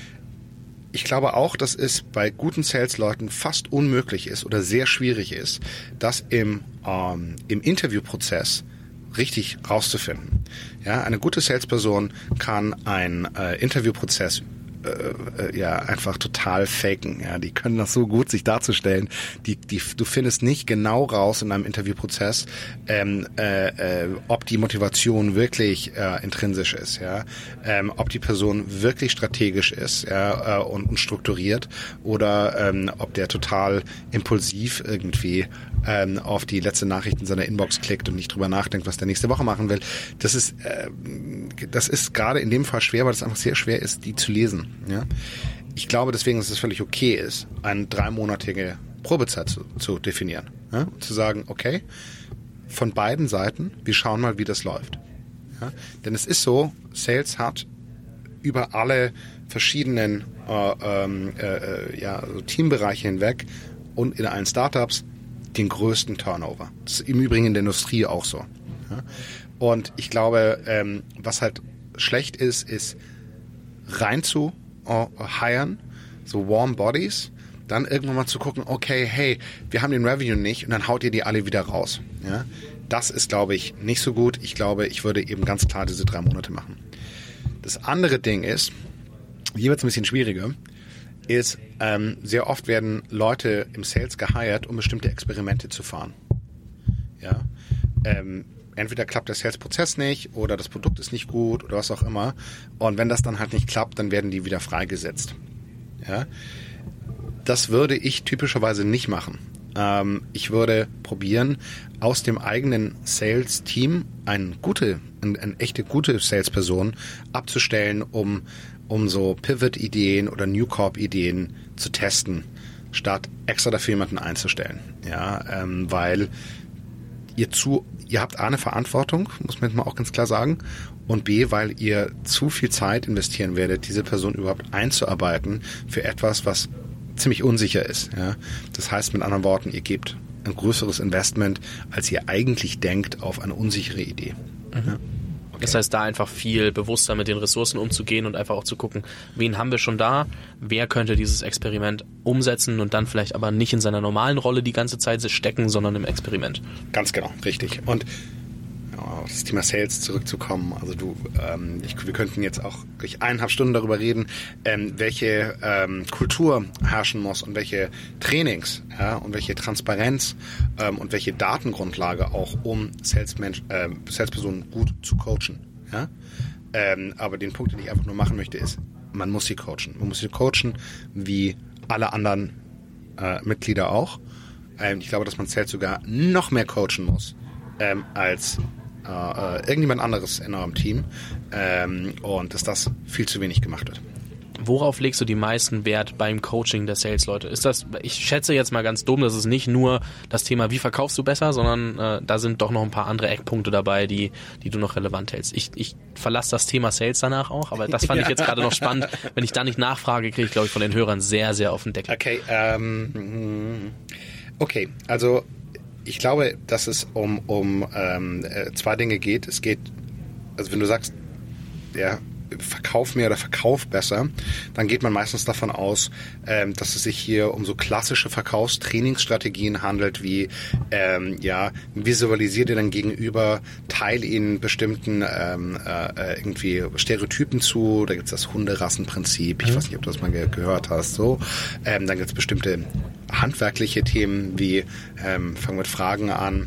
Speaker 2: Ich glaube auch, dass es bei guten Sales-Leuten fast unmöglich ist oder sehr schwierig ist, das im, ähm, im Interviewprozess richtig rauszufinden. Ja, eine gute Salesperson kann einen äh, Interviewprozess äh, ja einfach total faken. Ja, die können das so gut, sich darzustellen. Die, die, du findest nicht genau raus in einem Interviewprozess, ähm, äh, äh, ob die Motivation wirklich äh, intrinsisch ist, ja, ähm, ob die Person wirklich strategisch ist, ja, äh, und, und strukturiert oder ähm, ob der total impulsiv irgendwie ähm, auf die letzte Nachricht in seiner Inbox klickt und nicht drüber nachdenkt, was der nächste Woche machen will. Das ist, äh, das ist gerade in dem Fall schwer, weil es einfach sehr schwer ist, die zu lesen. Ja? Ich glaube deswegen, dass es völlig okay ist, eine dreimonatige Probezeit zu, zu definieren. Ja? Zu sagen, okay, von beiden Seiten, wir schauen mal, wie das läuft. Ja? Denn es ist so, Sales hat über alle verschiedenen äh, ähm, äh, ja, also Teambereiche hinweg und in allen Startups den größten Turnover. Das ist im Übrigen in der Industrie auch so. Ja? Und ich glaube, ähm, was halt schlecht ist, ist rein zu uh, hiren, so warm bodies, dann irgendwann mal zu gucken, okay, hey, wir haben den Revenue nicht und dann haut ihr die alle wieder raus. Ja? Das ist, glaube ich, nicht so gut. Ich glaube, ich würde eben ganz klar diese drei Monate machen. Das andere Ding ist, hier wird es ein bisschen schwieriger, ist, ähm, sehr oft werden Leute im Sales geheiert, um bestimmte Experimente zu fahren. Ja, ähm, entweder klappt der Sales-Prozess nicht oder das Produkt ist nicht gut oder was auch immer. Und wenn das dann halt nicht klappt, dann werden die wieder freigesetzt. Ja, das würde ich typischerweise nicht machen. Ähm, ich würde probieren, aus dem eigenen Sales-Team eine gute, eine, eine echte gute Sales-Person abzustellen, um um so Pivot-Ideen oder New Corp-Ideen zu testen, statt extra dafür jemanden einzustellen. Ja, ähm, weil ihr zu, ihr habt A, eine Verantwortung, muss man jetzt mal auch ganz klar sagen, und B, weil ihr zu viel Zeit investieren werdet, diese Person überhaupt einzuarbeiten für etwas, was ziemlich unsicher ist. Ja? Das heißt mit anderen Worten, ihr gebt ein größeres Investment, als ihr eigentlich denkt, auf eine unsichere Idee.
Speaker 1: Mhm. Ja? Okay. Das heißt, da einfach viel bewusster mit den Ressourcen umzugehen und einfach auch zu gucken, wen haben wir schon da, wer könnte dieses Experiment umsetzen und dann vielleicht aber nicht in seiner normalen Rolle die ganze Zeit stecken, sondern im Experiment.
Speaker 2: Ganz genau, richtig. Und auf das Thema Sales zurückzukommen, also du, ähm, ich, wir könnten jetzt auch durch eineinhalb Stunden darüber reden, ähm, welche ähm, Kultur herrschen muss und welche Trainings, ja, und welche Transparenz ähm, und welche Datengrundlage auch, um Salesmensch, äh, Salespersonen gut zu coachen. Ja? Ähm, aber den Punkt, den ich einfach nur machen möchte, ist, man muss sie coachen. Man muss sie coachen, wie alle anderen äh, Mitglieder auch. Ähm, ich glaube, dass man Sales sogar noch mehr coachen muss, ähm, als Uh, irgendjemand anderes in eurem Team ähm, und dass das viel zu wenig gemacht wird.
Speaker 1: Worauf legst du die meisten Wert beim Coaching der Sales-Leute? Ist das, ich schätze jetzt mal ganz dumm, das ist nicht nur das Thema, wie verkaufst du besser, sondern äh, da sind doch noch ein paar andere Eckpunkte dabei, die, die du noch relevant hältst. Ich, ich verlasse das Thema Sales danach auch, aber das fand ja. ich jetzt gerade noch spannend. Wenn ich da nicht nachfrage, kriege ich, glaube ich, von den Hörern sehr, sehr auf den Deckel.
Speaker 2: Okay, ähm, okay, also ich glaube, dass es um, um ähm, zwei Dinge geht. Es geht, also wenn du sagst, ja, verkauf mehr oder verkauf besser, dann geht man meistens davon aus, ähm, dass es sich hier um so klassische Verkaufstrainingsstrategien handelt, wie ähm, ja, visualisier dir dann gegenüber, teil ihnen bestimmten ähm, äh, irgendwie Stereotypen zu, da gibt es das Hunderassenprinzip, ich mhm. weiß nicht, ob du das mal ge- gehört hast, so. Ähm, dann gibt es bestimmte handwerkliche Themen, wie ähm, fang mit Fragen an,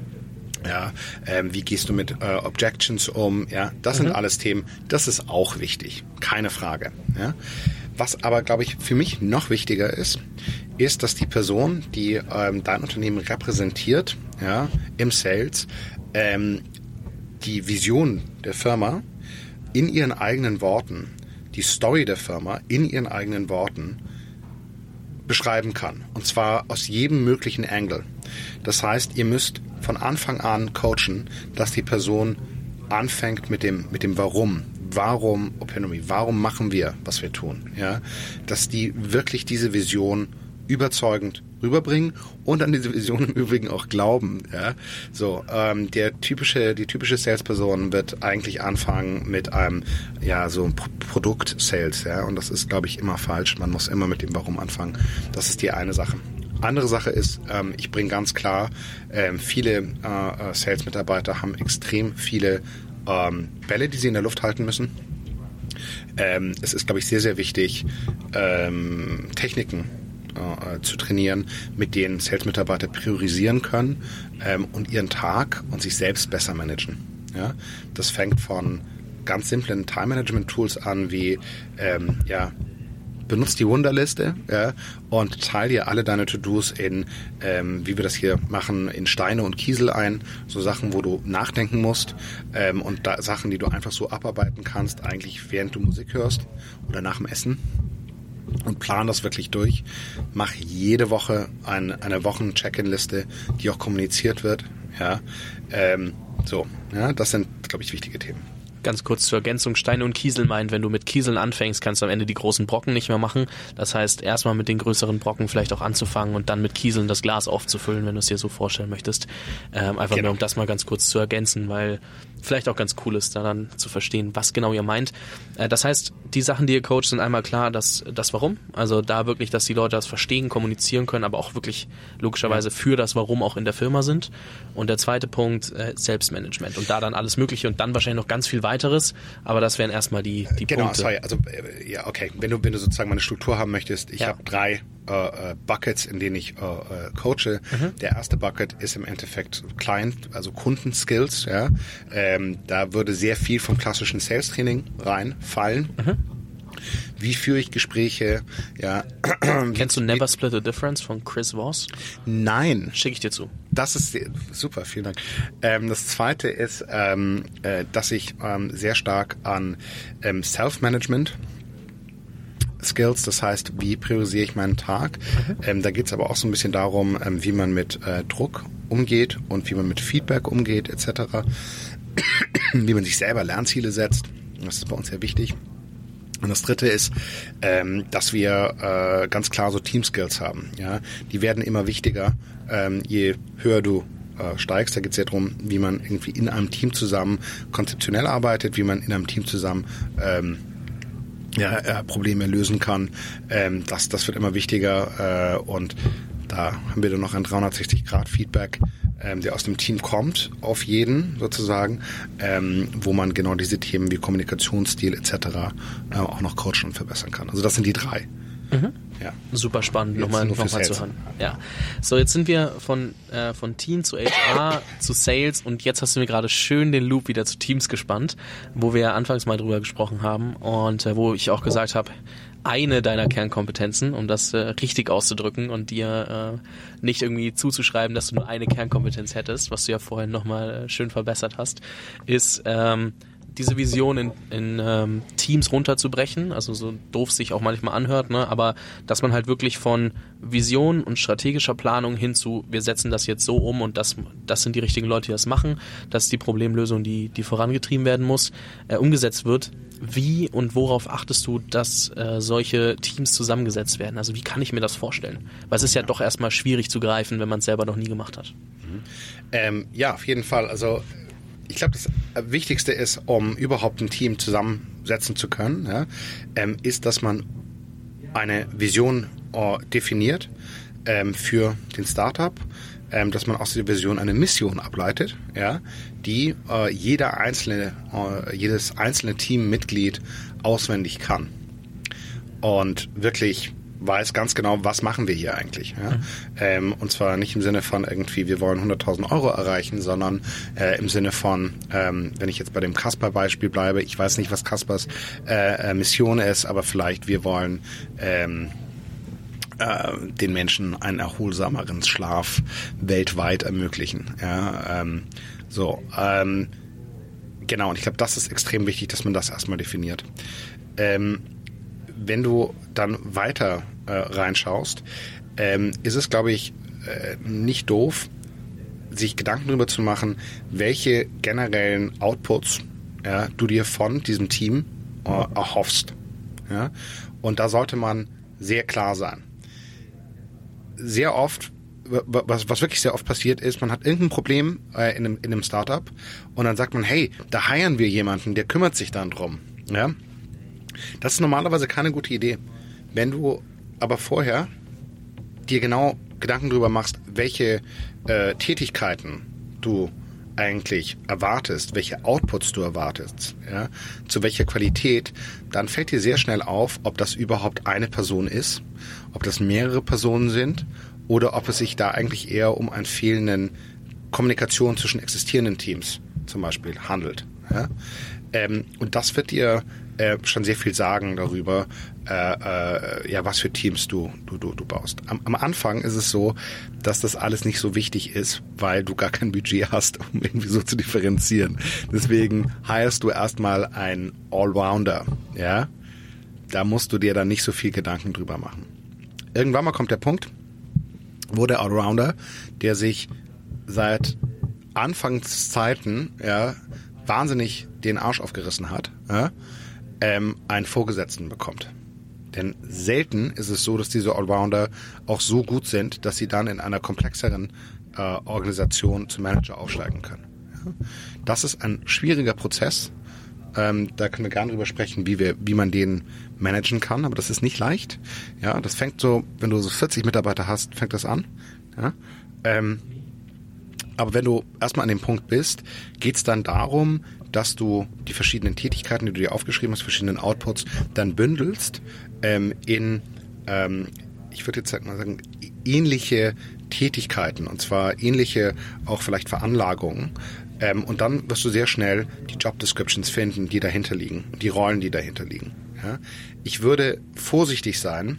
Speaker 2: ja, ähm, wie gehst du mit äh, Objections um? Ja, das mhm. sind alles Themen. Das ist auch wichtig, keine Frage. Ja, was aber, glaube ich, für mich noch wichtiger ist, ist, dass die Person, die ähm, dein Unternehmen repräsentiert, ja, im Sales, ähm, die Vision der Firma in ihren eigenen Worten, die Story der Firma in ihren eigenen Worten beschreiben kann. Und zwar aus jedem möglichen Angle. Das heißt, ihr müsst von Anfang an coachen, dass die Person anfängt mit dem, mit dem Warum. Warum Opinomy? Warum machen wir, was wir tun? Ja? Dass die wirklich diese Vision überzeugend rüberbringen und an diese Vision im Übrigen auch glauben. Ja? So, ähm, der typische, die typische Salesperson wird eigentlich anfangen mit einem, ja, so Produkt-Sales, ja, und das ist, glaube ich, immer falsch. Man muss immer mit dem Warum anfangen. Das ist die eine Sache. Andere Sache ist, ähm, ich bringe ganz klar, ähm, viele äh, Sales-Mitarbeiter haben extrem viele ähm, Bälle, die sie in der Luft halten müssen. Ähm, es ist, glaube ich, sehr, sehr wichtig, ähm, Techniken äh, zu trainieren, mit denen Sales-Mitarbeiter priorisieren können ähm, und ihren Tag und sich selbst besser managen. Ja? Das fängt von ganz simplen Time-Management-Tools an, wie ähm, ja, benutz die Wunderliste, ja, und teile dir alle deine To-Dos in, ähm, wie wir das hier machen, in Steine und Kiesel ein. So Sachen, wo du nachdenken musst ähm, und da, Sachen, die du einfach so abarbeiten kannst, eigentlich während du Musik hörst oder nach dem Essen. Und plan das wirklich durch. Mach jede Woche ein, eine Wochen-Check-in-Liste, die auch kommuniziert wird. Ja, ähm, so, ja, das sind, glaube ich, wichtige Themen.
Speaker 1: Ganz kurz zur Ergänzung, Steine und Kiesel meint, wenn du mit Kieseln anfängst, kannst du am Ende die großen Brocken nicht mehr machen. Das heißt, erstmal mit den größeren Brocken vielleicht auch anzufangen und dann mit Kieseln das Glas aufzufüllen, wenn du es dir so vorstellen möchtest. Ähm, einfach genau. Nur, um das mal ganz kurz zu ergänzen, weil vielleicht auch ganz cool ist, da dann zu verstehen, was genau ihr meint. Äh, das heißt, die Sachen, die ihr coacht, sind einmal klar, das, das Warum. Also da wirklich, dass die Leute das verstehen, kommunizieren können, aber auch wirklich logischerweise für das Warum auch in der Firma sind. Und der zweite Punkt, äh, Selbstmanagement. Und da dann alles Mögliche und dann wahrscheinlich noch ganz viel weiteres, aber das wären erstmal die, die
Speaker 2: genau,
Speaker 1: Punkte.
Speaker 2: Sorry, also äh, ja, okay, wenn du, wenn du sozusagen mal eine Struktur haben möchtest, ich ja. habe drei äh, Buckets, in denen ich äh, coache. Mhm. Der erste Bucket ist im Endeffekt Client, also Kundenskills, ja. Ähm, da würde sehr viel vom klassischen Sales-Training reinfallen. Mhm. Wie führe ich Gespräche? Ja.
Speaker 1: Kennst du Never Split the Difference von Chris Voss?
Speaker 2: Nein.
Speaker 1: Schicke ich dir zu.
Speaker 2: Das ist sehr, super, vielen Dank. Ähm, das zweite ist, ähm, äh, dass ich ähm, sehr stark an ähm, Self-Management Skills, das heißt, wie priorisiere ich meinen Tag? Mhm. Ähm, da geht es aber auch so ein bisschen darum, ähm, wie man mit äh, Druck umgeht und wie man mit Feedback umgeht, et cetera. Wie man sich selber Lernziele setzt. Das ist bei uns sehr wichtig. Und das dritte ist, ähm, dass wir äh, ganz klar so Team-Skills haben. Ja? Die werden immer wichtiger, ähm, je höher du äh, steigst. Da geht es ja darum, wie man irgendwie in einem Team zusammen konzeptionell arbeitet, wie man in einem Team zusammen ähm, ja, äh, Probleme lösen kann. Ähm, das, das wird immer wichtiger. Äh, und da haben wir dann noch ein dreihundertsechzig Grad Feedback, ähm, der aus dem Team kommt, auf jeden sozusagen, ähm, wo man genau diese Themen wie Kommunikationsstil et cetera äh, auch noch coachen und verbessern kann. Also das sind die drei.
Speaker 1: Mhm.
Speaker 2: Ja.
Speaker 1: Super spannend, nochmal noch mal zu hören. Ja. So, jetzt sind wir von, äh, von Team zu H R zu Sales und jetzt hast du mir gerade schön den Loop wieder zu Teams gespannt, wo wir ja anfangs mal drüber gesprochen haben und äh, wo ich auch gesagt habe, eine deiner Kernkompetenzen, um das äh, richtig auszudrücken und dir äh, nicht irgendwie zuzuschreiben, dass du nur eine Kernkompetenz hättest, was du ja vorhin nochmal äh, schön verbessert hast, ist ähm, diese Vision in, in ähm, Teams runterzubrechen, also so doof sich auch manchmal anhört, ne, aber dass man halt wirklich von Vision und strategischer Planung hin zu, wir setzen das jetzt so um und das, das sind die richtigen Leute, die das machen, das ist die Problemlösung, die, die vorangetrieben werden muss, äh, umgesetzt wird. Wie und worauf achtest du, dass äh, solche Teams zusammengesetzt werden? Also wie kann ich mir das vorstellen? Weil es ist ja doch erstmal schwierig zu greifen, wenn man es selber noch nie gemacht hat.
Speaker 2: Mhm. Ähm, ja, auf jeden Fall. Also ich glaube, das Wichtigste ist, um überhaupt ein Team zusammensetzen zu können, ja, ähm, ist, dass man eine Vision äh, definiert ähm, für den Startup, ähm, dass man aus dieser Vision eine Mission ableitet, ja, die äh, jeder einzelne, äh, jedes einzelne Teammitglied auswendig kann und wirklich weiß ganz genau, was machen wir hier eigentlich. Ja? Mhm. Ähm, und zwar nicht im Sinne von irgendwie, wir wollen hunderttausend Euro erreichen, sondern äh, im Sinne von, ähm, wenn ich jetzt bei dem Kasper-Beispiel bleibe, ich weiß nicht, was Kaspers äh, Mission ist, aber vielleicht wir wollen ähm, äh, den Menschen einen erholsameren Schlaf weltweit ermöglichen. Ja? Ähm, so, ähm, genau, und ich glaube, das ist extrem wichtig, dass man das erstmal definiert. Ähm, Wenn du dann weiter äh, reinschaust, ähm, ist es, glaube ich, äh, nicht doof, sich Gedanken darüber zu machen, welche generellen Outputs ja, du dir von diesem Team äh, erhoffst. Ja? Und da sollte man sehr klar sein. Sehr oft, was, was wirklich sehr oft passiert ist, man hat irgendein Problem äh, in, einem, in einem Startup und dann sagt man, hey, da hiren wir jemanden, der kümmert sich dann drum. Ja? Das ist normalerweise keine gute Idee. Wenn du aber vorher dir genau Gedanken darüber machst, welche äh, Tätigkeiten du eigentlich erwartest, welche Outputs du erwartest, ja, zu welcher Qualität, dann fällt dir sehr schnell auf, ob das überhaupt eine Person ist, ob das mehrere Personen sind oder ob es sich da eigentlich eher um einen fehlenden Kommunikation zwischen existierenden Teams zum Beispiel handelt. Ja. Ähm, und das wird dir äh, schon sehr viel sagen darüber, äh, äh, ja, was für Teams du, du, du, du baust. Am, am Anfang ist es so, dass das alles nicht so wichtig ist, weil du gar kein Budget hast, um irgendwie so zu differenzieren. Deswegen hirest du erstmal einen Allrounder, ja. Da musst du dir dann nicht so viel Gedanken drüber machen. Irgendwann mal kommt der Punkt, wo der Allrounder, der sich seit Anfangszeiten, ja, wahnsinnig den Arsch aufgerissen hat, ja, ähm, einen Vorgesetzten bekommt. Denn selten ist es so, dass diese Allrounder auch so gut sind, dass sie dann in einer komplexeren äh, Organisation zum Manager aufsteigen können. Ja. Das ist ein schwieriger Prozess. Ähm, da können wir gerne drüber sprechen, wie wir, wie man den managen kann, aber das ist nicht leicht. Ja, das fängt so, wenn du so vierzig Mitarbeiter hast, fängt das an. Ja. Ähm, Aber wenn du erstmal an dem Punkt bist, geht es dann darum, dass du die verschiedenen Tätigkeiten, die du dir aufgeschrieben hast, verschiedenen Outputs, dann bündelst ähm, in, ähm, ich würde jetzt mal sagen, ähnliche Tätigkeiten, und zwar ähnliche auch vielleicht Veranlagungen. Ähm, und dann wirst du sehr schnell die Job Descriptions finden, die dahinter liegen, die Rollen, die dahinter liegen. Ja? Ich würde vorsichtig sein,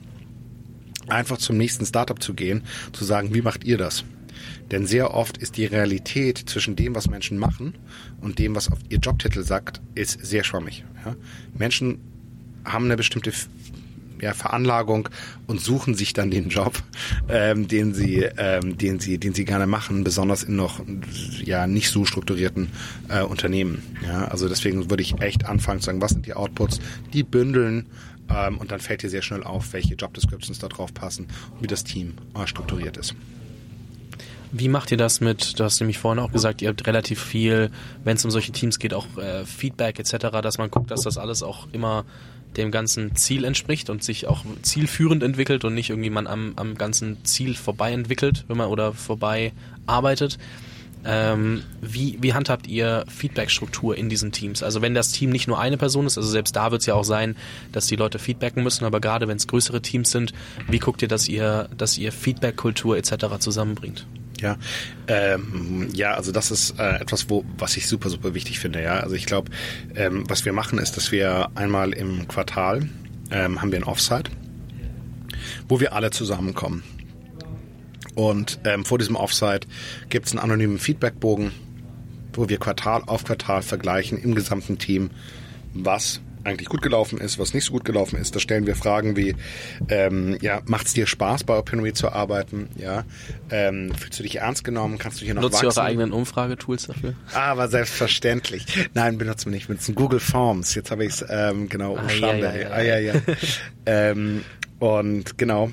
Speaker 2: einfach zum nächsten Startup zu gehen, zu sagen, wie macht ihr das? Denn sehr oft ist die Realität zwischen dem, was Menschen machen und dem, was auf ihr Jobtitel sagt, ist sehr schwammig. Ja? Menschen haben eine bestimmte ja, Veranlagung und suchen sich dann den Job, ähm, den sie, ähm, den sie, den sie gerne machen, besonders in noch ja nicht so strukturierten äh, Unternehmen. Ja, also deswegen würde ich echt anfangen zu sagen, was sind die Outputs, die bündeln, ähm, und dann fällt dir sehr schnell auf, welche Job Descriptions da drauf passen und wie das Team äh, strukturiert ist.
Speaker 1: Wie macht ihr das mit, du hast nämlich vorhin auch gesagt, ihr habt relativ viel, wenn es um solche Teams geht, auch äh, Feedback et cetera, dass man guckt, dass das alles auch immer dem ganzen Ziel entspricht und sich auch zielführend entwickelt und nicht irgendwie man am, am ganzen Ziel vorbei entwickelt, wenn man oder vorbei arbeitet. Ähm, wie, wie handhabt ihr Feedback-Struktur in diesen Teams? Also wenn das Team nicht nur eine Person ist, also selbst da wird es ja auch sein, dass die Leute feedbacken müssen, aber gerade wenn es größere Teams sind, wie guckt ihr, dass ihr, dass ihr Feedback-Kultur et cetera zusammenbringt?
Speaker 2: Ja, ähm, ja, also das ist äh, etwas, wo was ich super, super wichtig finde. Ja, also ich glaube, ähm, was wir machen, ist, dass wir einmal im Quartal ähm, haben wir ein Offsite, wo wir alle zusammenkommen. Und ähm, vor diesem Offsite gibt es einen anonymen Feedbackbogen, wo wir Quartal auf Quartal vergleichen im gesamten Team, was eigentlich gut gelaufen ist, was nicht so gut gelaufen ist. Da stellen wir Fragen wie, ähm, ja, macht es dir Spaß, bei Opinory zu arbeiten? Ja, ähm, fühlst du dich ernst genommen? Kannst du hier noch
Speaker 1: Nutzt
Speaker 2: wachsen?
Speaker 1: Nutzt ihr eure eigenen Umfragetools dafür?
Speaker 2: Aber selbstverständlich. Nein, benutzen wir nicht. Wir benutzen Google Forms. Jetzt habe ich es, ähm, genau,
Speaker 1: ah, ja, ja, ja,
Speaker 2: ah, ja, ja. ähm, und genau,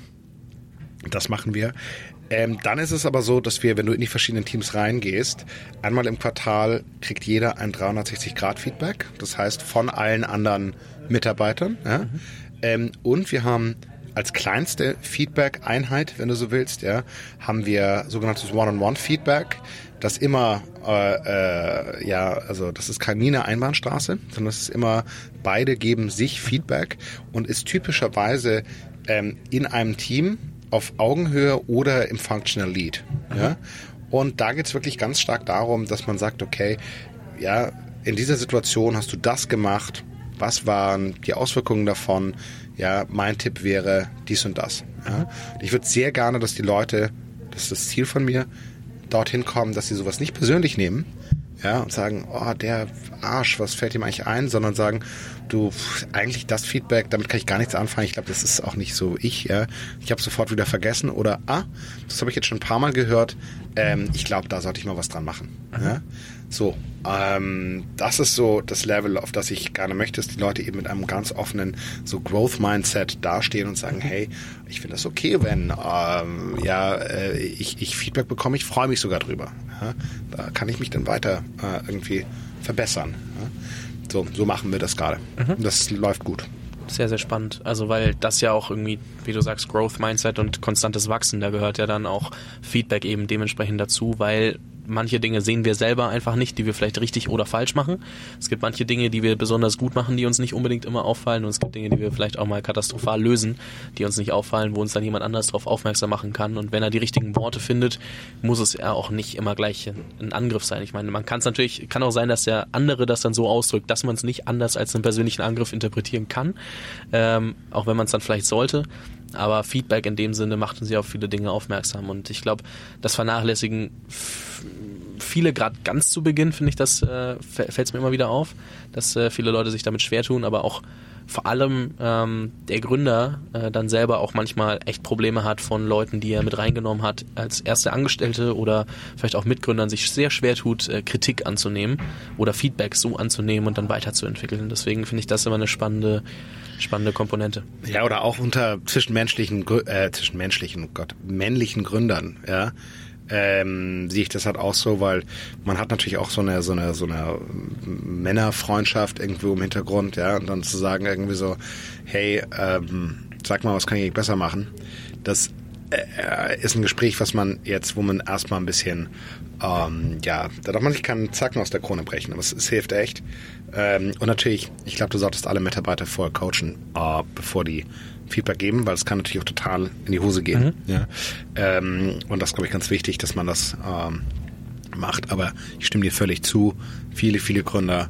Speaker 2: das machen wir. Ähm, dann ist es aber so, dass wir, wenn du in die verschiedenen Teams reingehst, einmal im Quartal kriegt jeder ein dreihundertsechzig Grad Feedback. Das heißt, von allen anderen Mitarbeitern. Ja? Mhm. Ähm, und wir haben als kleinste Feedback-Einheit, wenn du so willst, ja, haben wir sogenanntes One-on-One-Feedback, das immer, äh, äh, ja, also das ist nie eine Einbahnstraße, sondern das ist immer, beide geben sich Feedback und ist typischerweise ähm, in einem Team auf Augenhöhe oder im Functional Lead. Ja? Und da geht es wirklich ganz stark darum, dass man sagt, okay, ja, in dieser Situation hast du das gemacht, was waren die Auswirkungen davon? Ja, mein Tipp wäre dies und das. Ja? Ich würde sehr gerne, dass die Leute, das ist das Ziel von mir, dorthin kommen, dass sie sowas nicht persönlich nehmen, ja, und sagen, oh, der Arsch, was fällt ihm eigentlich ein, sondern sagen, du, eigentlich das Feedback, damit kann ich gar nichts anfangen. Ich glaube, das ist auch nicht so ich. Ja. Ich habe sofort wieder vergessen oder, ah, das habe ich jetzt schon ein paar Mal gehört. Ähm, ich glaube, da sollte ich mal was dran machen. Mhm. Ja. So, ähm, das ist so das Level, auf das ich gerne möchte, dass die Leute eben mit einem ganz offenen so Growth-Mindset dastehen und sagen, hey, ich finde das okay, wenn ähm, ja äh, ich, ich Feedback bekomme. Ich freue mich sogar drüber. Ja. Da kann ich mich dann weiter äh, irgendwie verbessern. Ja. So, so machen wir das gerade. Mhm. Das läuft gut.
Speaker 1: Sehr, sehr spannend. Also weil das ja auch irgendwie, wie du sagst, Growth Mindset und konstantes Wachsen, da gehört ja dann auch Feedback eben dementsprechend dazu, weil manche Dinge sehen wir selber einfach nicht, die wir vielleicht richtig oder falsch machen. Es gibt manche Dinge, die wir besonders gut machen, die uns nicht unbedingt immer auffallen, und es gibt Dinge, die wir vielleicht auch mal katastrophal lösen, die uns nicht auffallen, wo uns dann jemand anders darauf aufmerksam machen kann, und wenn er die richtigen Worte findet, muss es ja auch nicht immer gleich ein Angriff sein. Ich meine, man kann es natürlich, kann auch sein, dass der andere das dann so ausdrückt, dass man es nicht anders als einen persönlichen Angriff interpretieren kann, ähm, auch wenn man es dann vielleicht sollte. Aber Feedback in dem Sinne macht uns ja auf viele Dinge aufmerksam, und ich glaube, das vernachlässigen f- viele, gerade ganz zu Beginn, finde ich, das äh, fällt es mir immer wieder auf, dass äh, viele Leute sich damit schwer tun, aber auch vor allem ähm, der Gründer äh, dann selber auch manchmal echt Probleme hat von Leuten, die er mit reingenommen hat als erste Angestellte oder vielleicht auch Mitgründern, sich sehr schwer tut, äh, Kritik anzunehmen oder Feedback so anzunehmen und dann weiterzuentwickeln. Deswegen finde ich das immer eine spannende spannende Komponente.
Speaker 2: Ja, oder auch unter zwischenmenschlichen, äh, zwischenmenschlichen, oh Gott, männlichen Gründern, ja, ähm, sehe ich das halt auch so, weil man hat natürlich auch so eine, so eine, so eine Männerfreundschaft irgendwo im Hintergrund, ja, und dann zu sagen irgendwie so, hey, ähm, sag mal, was kann ich besser machen? Das äh, ist ein Gespräch, was man jetzt, wo man erstmal ein bisschen, ähm, ja, da darf man sich keinen Zacken aus der Krone brechen, aber es, es hilft echt. Ähm, und natürlich, ich glaube, du solltest alle Mitarbeiter vorher coachen, äh, bevor die Feedback geben, weil es kann natürlich auch total in die Hose gehen. Mhm. Ja. Ähm, und das ist, glaube ich, ganz wichtig, dass man das ähm, macht. Aber ich stimme dir völlig zu. Viele, viele Gründer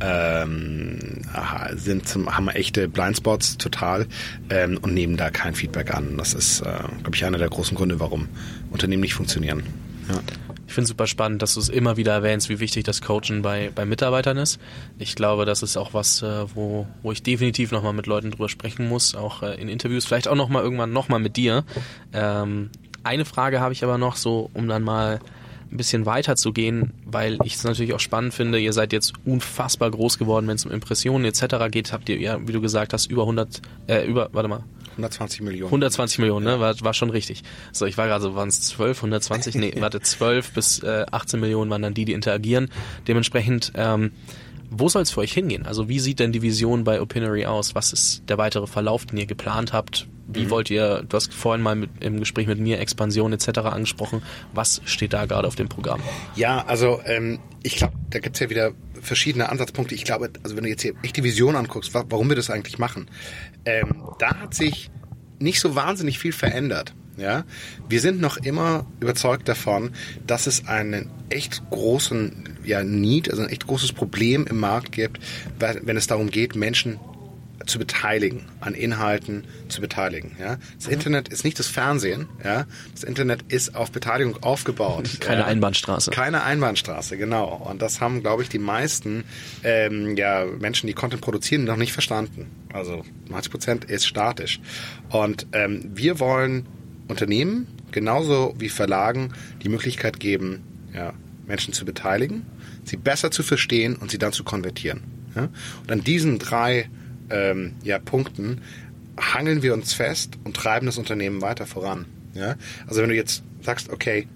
Speaker 2: ähm, sind zum, haben echte Blindspots total ähm, und nehmen da kein Feedback an. Das ist, äh, glaube ich, einer der großen Gründe, warum Unternehmen nicht funktionieren. Ja.
Speaker 1: Ich finde es super spannend, dass du es immer wieder erwähnst, wie wichtig das Coachen bei, bei Mitarbeitern ist. Ich glaube, das ist auch was, äh, wo, wo ich definitiv nochmal mit Leuten drüber sprechen muss, auch äh, in Interviews, vielleicht auch nochmal irgendwann nochmal mit dir. Ähm, eine Frage habe ich aber noch, so um dann mal ein bisschen weiter zu gehen, weil ich es natürlich auch spannend finde, ihr seid jetzt unfassbar groß geworden, wenn es um Impressionen et cetera geht, habt ihr, ja, wie du gesagt hast, über hundert, äh, über, warte mal,
Speaker 2: hundertzwanzig Millionen.
Speaker 1: hundertzwanzig Millionen, ne? War, war schon richtig. So, ich war gerade so, waren es zwölf, hundertzwanzig? Nee, warte, zwölf bis äh, achtzehn Millionen waren dann die, die interagieren. Dementsprechend, ähm, wo soll es für euch hingehen? Also wie sieht denn die Vision bei Opinary aus? Was ist der weitere Verlauf, den ihr geplant habt? Wie mhm. wollt ihr, du hast vorhin mal mit, im Gespräch mit mir Expansion et cetera angesprochen. Was steht da gerade auf dem Programm?
Speaker 2: Ja, also ähm, ich glaube, da gibt's ja wieder verschiedene Ansatzpunkte. Ich glaube, also wenn du jetzt hier echt die Vision anguckst, wa- warum wir das eigentlich machen, ähm, da hat sich nicht so wahnsinnig viel verändert. Ja, wir sind noch immer überzeugt davon, dass es einen echt großen ja, Need, also ein echt großes Problem im Markt gibt, wenn es darum geht, Menschen zu beteiligen, an Inhalten zu beteiligen. Ja? Das Internet ist nicht das Fernsehen. Ja? Das Internet ist auf Beteiligung aufgebaut.
Speaker 1: Keine
Speaker 2: ja?
Speaker 1: Einbahnstraße.
Speaker 2: Keine Einbahnstraße, genau. Und das haben, glaube ich, die meisten ähm, ja, Menschen, die Content produzieren, noch nicht verstanden. Also neunzig Prozent ist statisch. Und ähm, wir wollen Unternehmen, genauso wie Verlagen, die Möglichkeit geben, ja, Menschen zu beteiligen, sie besser zu verstehen und sie dann zu konvertieren. Ja? Und an diesen drei ähm, ja, Punkten hangeln wir uns fest und treiben das Unternehmen weiter voran. Ja? Also wenn du jetzt sagst, okay,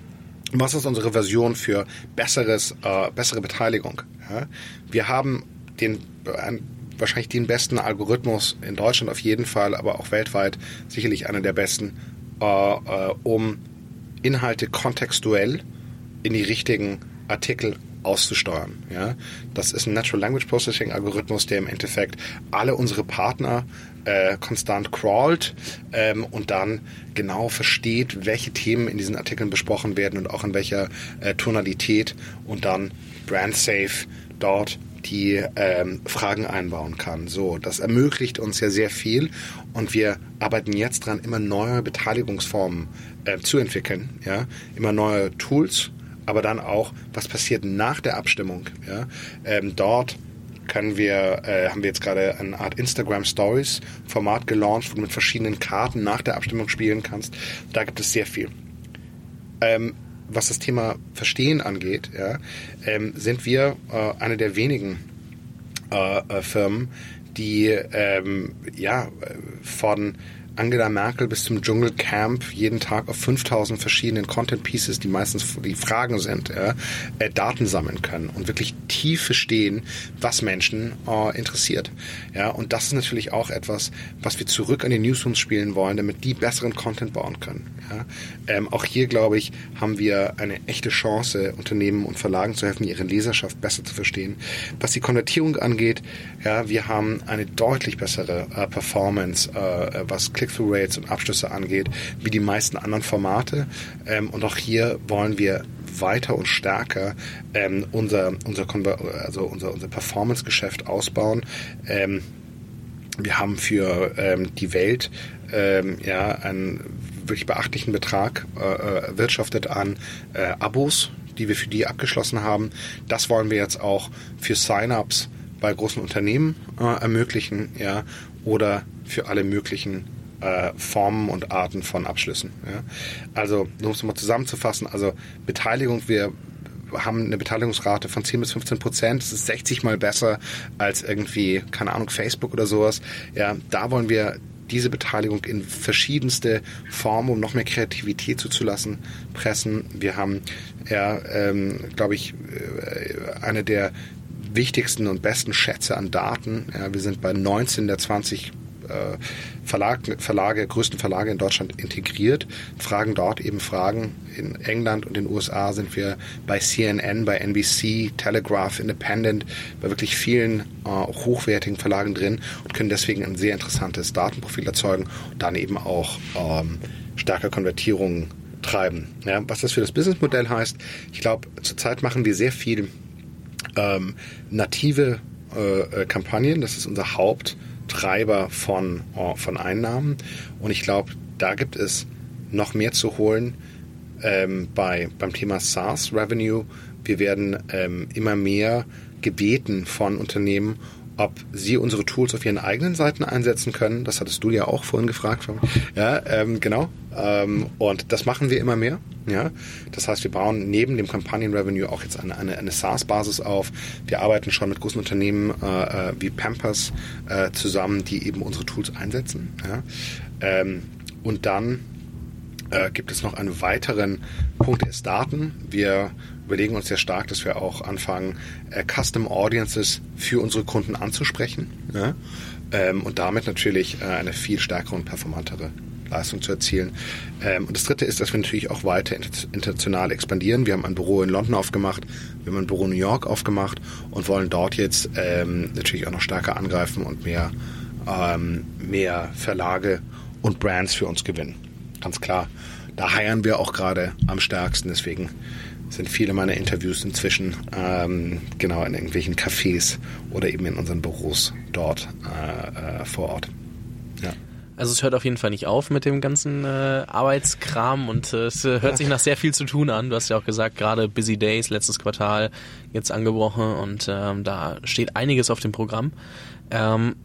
Speaker 2: was ist unsere Version für besseres, äh, bessere Beteiligung? Ja? Wir haben den äh, wahrscheinlich den besten Algorithmus in Deutschland auf jeden Fall, aber auch weltweit sicherlich einer der besten, äh, äh, um Inhalte kontextuell in die richtigen Artikel auszusteuern. Ja? Das ist ein Natural Language Processing Algorithmus, der im Endeffekt alle unsere Partner äh, konstant crawlt ähm, und dann genau versteht, welche Themen in diesen Artikeln besprochen werden und auch in welcher äh, Tonalität und dann brand safe dort die ähm, Fragen einbauen kann. So, das ermöglicht uns ja sehr viel und wir arbeiten jetzt dran, immer neue Beteiligungsformen äh, zu entwickeln, ja, immer neue Tools, aber dann auch, was passiert nach der Abstimmung. Ja? Ähm, dort können wir, äh, haben wir jetzt gerade eine Art Instagram Stories Format gelauncht, wo du mit verschiedenen Karten nach der Abstimmung spielen kannst. Da gibt es sehr viel. Ähm, was das Thema Verstehen angeht, ja, ähm, sind wir äh, eine der wenigen äh, äh, Firmen, die ähm, ja, von Angela Merkel bis zum Dschungelcamp jeden Tag auf fünftausend verschiedenen Content Pieces, die meistens die Fragen sind, äh, äh, Daten sammeln können und wirklich tief verstehen, was Menschen äh, interessiert. Ja, und das ist natürlich auch etwas, was wir zurück an die Newsrooms spielen wollen, damit die besseren Content bauen können. Ja, ähm, auch hier, glaube ich, haben wir eine echte Chance, Unternehmen und Verlagen zu helfen, ihre Leserschaft besser zu verstehen. Was die Konvertierung angeht, ja, wir haben eine deutlich bessere äh, Performance, äh, was Click-Through-Rates und Abschlüsse angeht, wie die meisten anderen Formate. Ähm, und auch hier wollen wir weiter und stärker ähm, unser, unser, also unser, unser Performance-Geschäft ausbauen. Ähm, wir haben für ähm, die Welt ähm, ja einen wirklich beachtlichen Betrag äh, erwirtschaftet an äh, Abos, die wir für die abgeschlossen haben. Das wollen wir jetzt auch für Sign-ups bei großen Unternehmen äh, ermöglichen, ja, oder für alle möglichen äh, Formen und Arten von Abschlüssen. Ja. Also, um es mal zusammenzufassen, also Beteiligung, wir haben eine Beteiligungsrate von zehn bis fünfzehn Prozent. Das ist sechzig mal besser als irgendwie, keine Ahnung, Facebook oder sowas. Ja, da wollen wir diese Beteiligung in verschiedenste Formen, um noch mehr Kreativität zuzulassen, pressen. Wir haben, ja, ähm, glaube ich, äh, eine der wichtigsten und besten Schätze an Daten. Ja, wir sind bei neunzehn der zwanzig äh, Verlag, Verlage, größten Verlage in Deutschland integriert, fragen dort eben Fragen. In England und den U S A sind wir bei C N N, bei N B C, Telegraph, Independent, bei wirklich vielen äh, hochwertigen Verlagen drin und können deswegen ein sehr interessantes Datenprofil erzeugen und dann eben auch ähm, stärker Konvertierungen treiben. Ja, was das für das Businessmodell heißt, ich glaube, zurzeit machen wir sehr viel ähm, native äh, Kampagnen, das ist unser Haupttreiber von, äh, von Einnahmen und ich glaube, da gibt es noch mehr zu holen, ähm, bei, beim Thema SaaS Revenue, wir werden ähm, immer mehr gebeten von Unternehmen, ob sie unsere Tools auf ihren eigenen Seiten einsetzen können. Das hattest du ja auch vorhin gefragt. Ja, ähm, genau. Ähm, und das machen wir immer mehr. Ja, das heißt, wir bauen neben dem Kampagnen-Revenue auch jetzt eine, eine, eine SaaS-Basis auf. Wir arbeiten schon mit großen Unternehmen äh, wie Pampers äh, zusammen, die eben unsere Tools einsetzen. Ja. Ähm, und dann äh, gibt es noch einen weiteren Punkt, der ist Daten. Wir überlegen uns sehr stark, dass wir auch anfangen, äh, Custom Audiences für unsere Kunden anzusprechen, ja? ähm, und damit natürlich äh, eine viel stärkere und performantere Leistung zu erzielen. Ähm, und das Dritte ist, dass wir natürlich auch weiter inter- international expandieren. Wir haben ein Büro in London aufgemacht, wir haben ein Büro in New York aufgemacht und wollen dort jetzt ähm, natürlich auch noch stärker angreifen und mehr, ähm, mehr Verlage und Brands für uns gewinnen. Ganz klar, da heiern wir auch gerade am stärksten, deswegen sind viele meiner Interviews inzwischen ähm, genau in irgendwelchen Cafés oder eben in unseren Büros dort äh, äh, vor Ort. Ja.
Speaker 1: Also es hört auf jeden Fall nicht auf mit dem ganzen äh, Arbeitskram und äh, es äh, hört sich nach sehr viel zu tun an. Du hast ja auch gesagt, gerade Busy Days, letztes Quartal jetzt angebrochen und ähm, da steht einiges auf dem Programm. Ähm,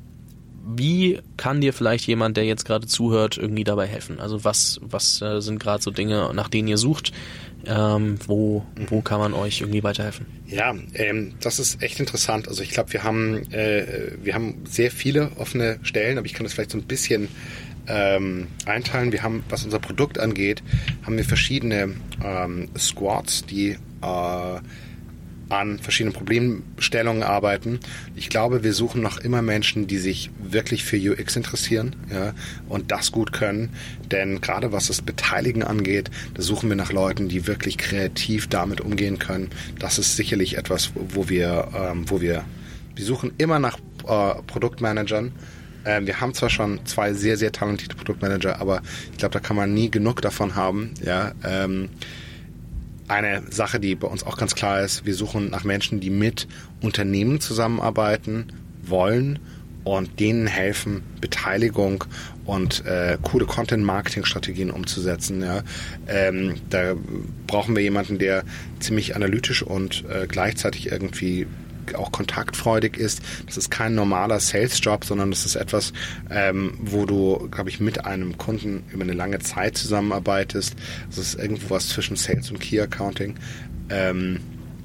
Speaker 1: Wie kann dir vielleicht jemand, der jetzt gerade zuhört, irgendwie dabei helfen? Also was, was äh, sind gerade so Dinge, nach denen ihr sucht? Ähm, wo, wo kann man euch irgendwie weiterhelfen?
Speaker 2: Ja, ähm, das ist echt interessant. Also ich glaube, wir haben äh, wir haben sehr viele offene Stellen, aber ich kann das vielleicht so ein bisschen ähm, einteilen. Wir haben, was unser Produkt angeht, haben wir verschiedene ähm, Squads, die äh, an verschiedenen Problemstellungen arbeiten. Ich glaube, wir suchen noch immer Menschen, die sich wirklich für U X interessieren, ja, und das gut können. Denn gerade was das Beteiligen angeht, da suchen wir nach Leuten, die wirklich kreativ damit umgehen können. Das ist sicherlich etwas, wo wir, ähm, wo wir, wir suchen immer nach äh, Produktmanagern. Ähm, wir haben zwar schon zwei sehr, sehr talentierte Produktmanager, aber ich glaube, da kann man nie genug davon haben, ja. Ähm, Eine Sache, die bei uns auch ganz klar ist, wir suchen nach Menschen, die mit Unternehmen zusammenarbeiten wollen und denen helfen, Beteiligung und äh, coole Content-Marketing-Strategien umzusetzen. Ja. Ähm, da brauchen wir jemanden, der ziemlich analytisch und äh, gleichzeitig irgendwie auch kontaktfreudig ist. Das ist kein normaler Sales-Job, sondern das ist etwas, ähm, wo du, glaube ich, mit einem Kunden über eine lange Zeit zusammenarbeitest. Das ist irgendwo was zwischen Sales und Key Accounting. Ähm,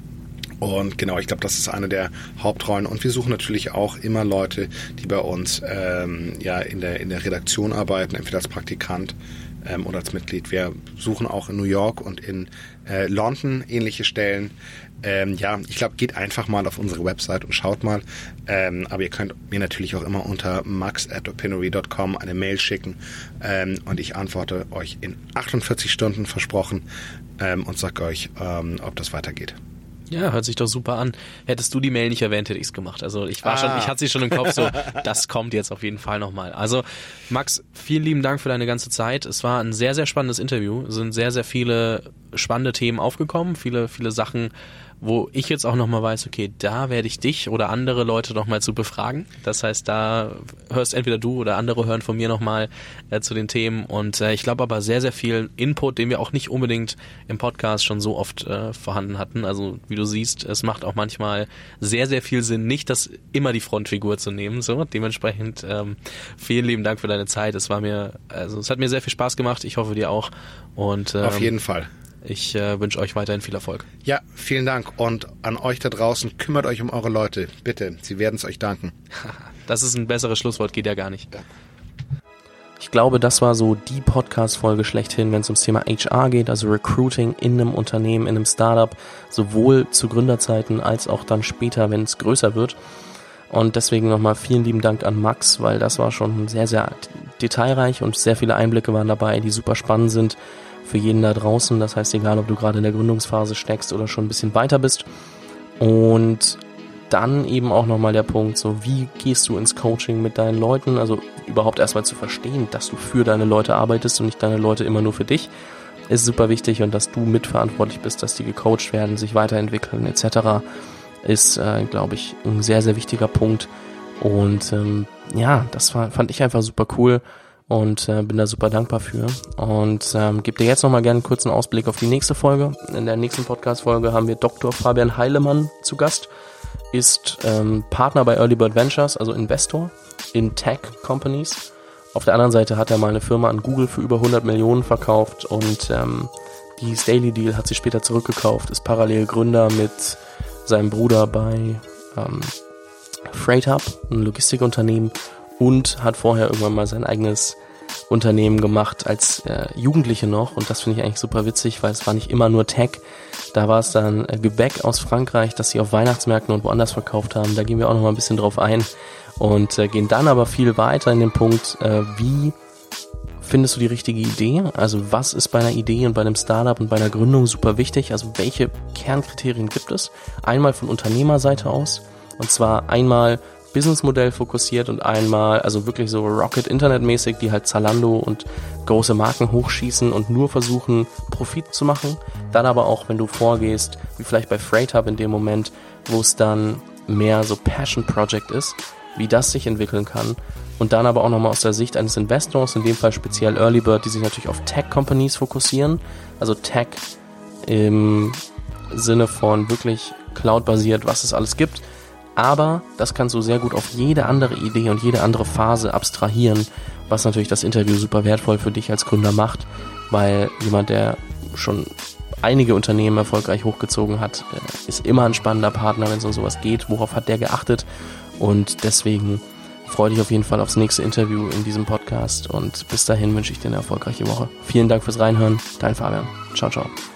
Speaker 2: und genau, ich glaube, das ist eine der Hauptrollen. Und wir suchen natürlich auch immer Leute, die bei uns ähm, ja in der in der Redaktion arbeiten, entweder als Praktikant ähm, oder als Mitglied. Wir suchen auch in New York und in äh, London ähnliche Stellen. Ähm, ja, ich glaube, geht einfach mal auf unsere Website und schaut mal. Ähm, aber ihr könnt mir natürlich auch immer unter max at opinory dot com eine Mail schicken ähm, und ich antworte euch in achtundvierzig Stunden versprochen ähm, und sage euch, ähm, ob das weitergeht.
Speaker 1: Ja, hört sich doch super an. Hättest du die Mail nicht erwähnt, hätte ich es gemacht. Also ich war ah. schon, ich hatte sie schon im Kopf, so das kommt jetzt auf jeden Fall nochmal. Also Max, vielen lieben Dank für deine ganze Zeit. Es war ein sehr, sehr spannendes Interview. Es sind sehr, sehr viele spannende Themen aufgekommen, viele, viele Sachen, wo ich jetzt auch nochmal weiß, okay, da werde ich dich oder andere Leute nochmal zu befragen. Das heißt, da hörst entweder du oder andere hören von mir nochmal äh, zu den Themen. Und äh, ich glaube aber sehr, sehr viel Input, den wir auch nicht unbedingt im Podcast schon so oft äh, vorhanden hatten. Also wie du siehst, es macht auch manchmal sehr, sehr viel Sinn, nicht das immer die Frontfigur zu nehmen. So, dementsprechend ähm, vielen lieben Dank für deine Zeit. Es war mir, also es hat mir sehr viel Spaß gemacht. Ich hoffe dir auch. Und ähm,
Speaker 2: auf jeden Fall.
Speaker 1: Ich äh, wünsche euch weiterhin viel Erfolg.
Speaker 2: Ja, vielen Dank. Und an euch da draußen, kümmert euch um eure Leute. Bitte, sie werden es euch danken.
Speaker 1: Das ist ein besseres Schlusswort, geht ja gar nicht. Ja. Ich glaube, das war so die Podcast-Folge schlechthin, wenn es ums Thema H R geht, also Recruiting in einem Unternehmen, in einem Startup, sowohl zu Gründerzeiten als auch dann später, wenn es größer wird. Und deswegen nochmal vielen lieben Dank an Max, weil das war schon sehr, sehr detailreich und sehr viele Einblicke waren dabei, die super spannend sind für jeden da draußen. Das heißt, egal, ob du gerade in der Gründungsphase steckst oder schon ein bisschen weiter bist. Und dann eben auch nochmal der Punkt, so wie gehst du ins Coaching mit deinen Leuten? Also überhaupt erstmal zu verstehen, dass du für deine Leute arbeitest und nicht deine Leute immer nur für dich, ist super wichtig. Und dass du mitverantwortlich bist, dass die gecoacht werden, sich weiterentwickeln et cetera, ist, äh, glaube ich, ein sehr, sehr wichtiger Punkt. Und ähm, ja, das war, fand ich einfach super cool. und äh, bin da super dankbar für. Und ähm, gebe dir jetzt nochmal gerne einen kurzen Ausblick auf die nächste Folge. In der nächsten Podcast-Folge haben wir Doktor Fabian Heilemann zu Gast, ist ähm, Partner bei Early Bird Ventures, also Investor in Tech-Companies. Auf der anderen Seite hat er mal eine Firma an Google für über hundert Millionen verkauft und ähm, die Daily Deal hat sie später zurückgekauft, ist parallel Gründer mit seinem Bruder bei ähm, Freight Hub, ein Logistikunternehmen, und hat vorher irgendwann mal sein eigenes Unternehmen gemacht als äh, Jugendliche noch, und das finde ich eigentlich super witzig, weil es war nicht immer nur Tech, da war es dann äh, Gebäck aus Frankreich, das sie auf Weihnachtsmärkten und woanders verkauft haben, da gehen wir auch noch mal ein bisschen drauf ein und äh, gehen dann aber viel weiter in den Punkt, äh, wie findest du die richtige Idee, also was ist bei einer Idee und bei einem Startup und bei einer Gründung super wichtig, also welche Kernkriterien gibt es, einmal von Unternehmerseite aus, und zwar einmal Businessmodell fokussiert und einmal, also wirklich so Rocket-Internet-mäßig, die halt Zalando und große Marken hochschießen und nur versuchen, Profit zu machen. Dann aber auch, wenn du vorgehst, wie vielleicht bei Freight Hub in dem Moment, wo es dann mehr so Passion-Project ist, wie das sich entwickeln kann. Und dann aber auch nochmal aus der Sicht eines Investors, in dem Fall speziell Early Bird, die sich natürlich auf Tech-Companies fokussieren. Also Tech im Sinne von wirklich Cloud-basiert, was es alles gibt. Aber das kannst du sehr gut auf jede andere Idee und jede andere Phase abstrahieren, was natürlich das Interview super wertvoll für dich als Gründer macht, weil jemand, der schon einige Unternehmen erfolgreich hochgezogen hat, ist immer ein spannender Partner, wenn es um sowas geht. Worauf hat der geachtet? Und deswegen freue dich auf jeden Fall aufs nächste Interview in diesem Podcast und bis dahin wünsche ich dir eine erfolgreiche Woche. Vielen Dank fürs Reinhören. Dein Fabian. Ciao, ciao.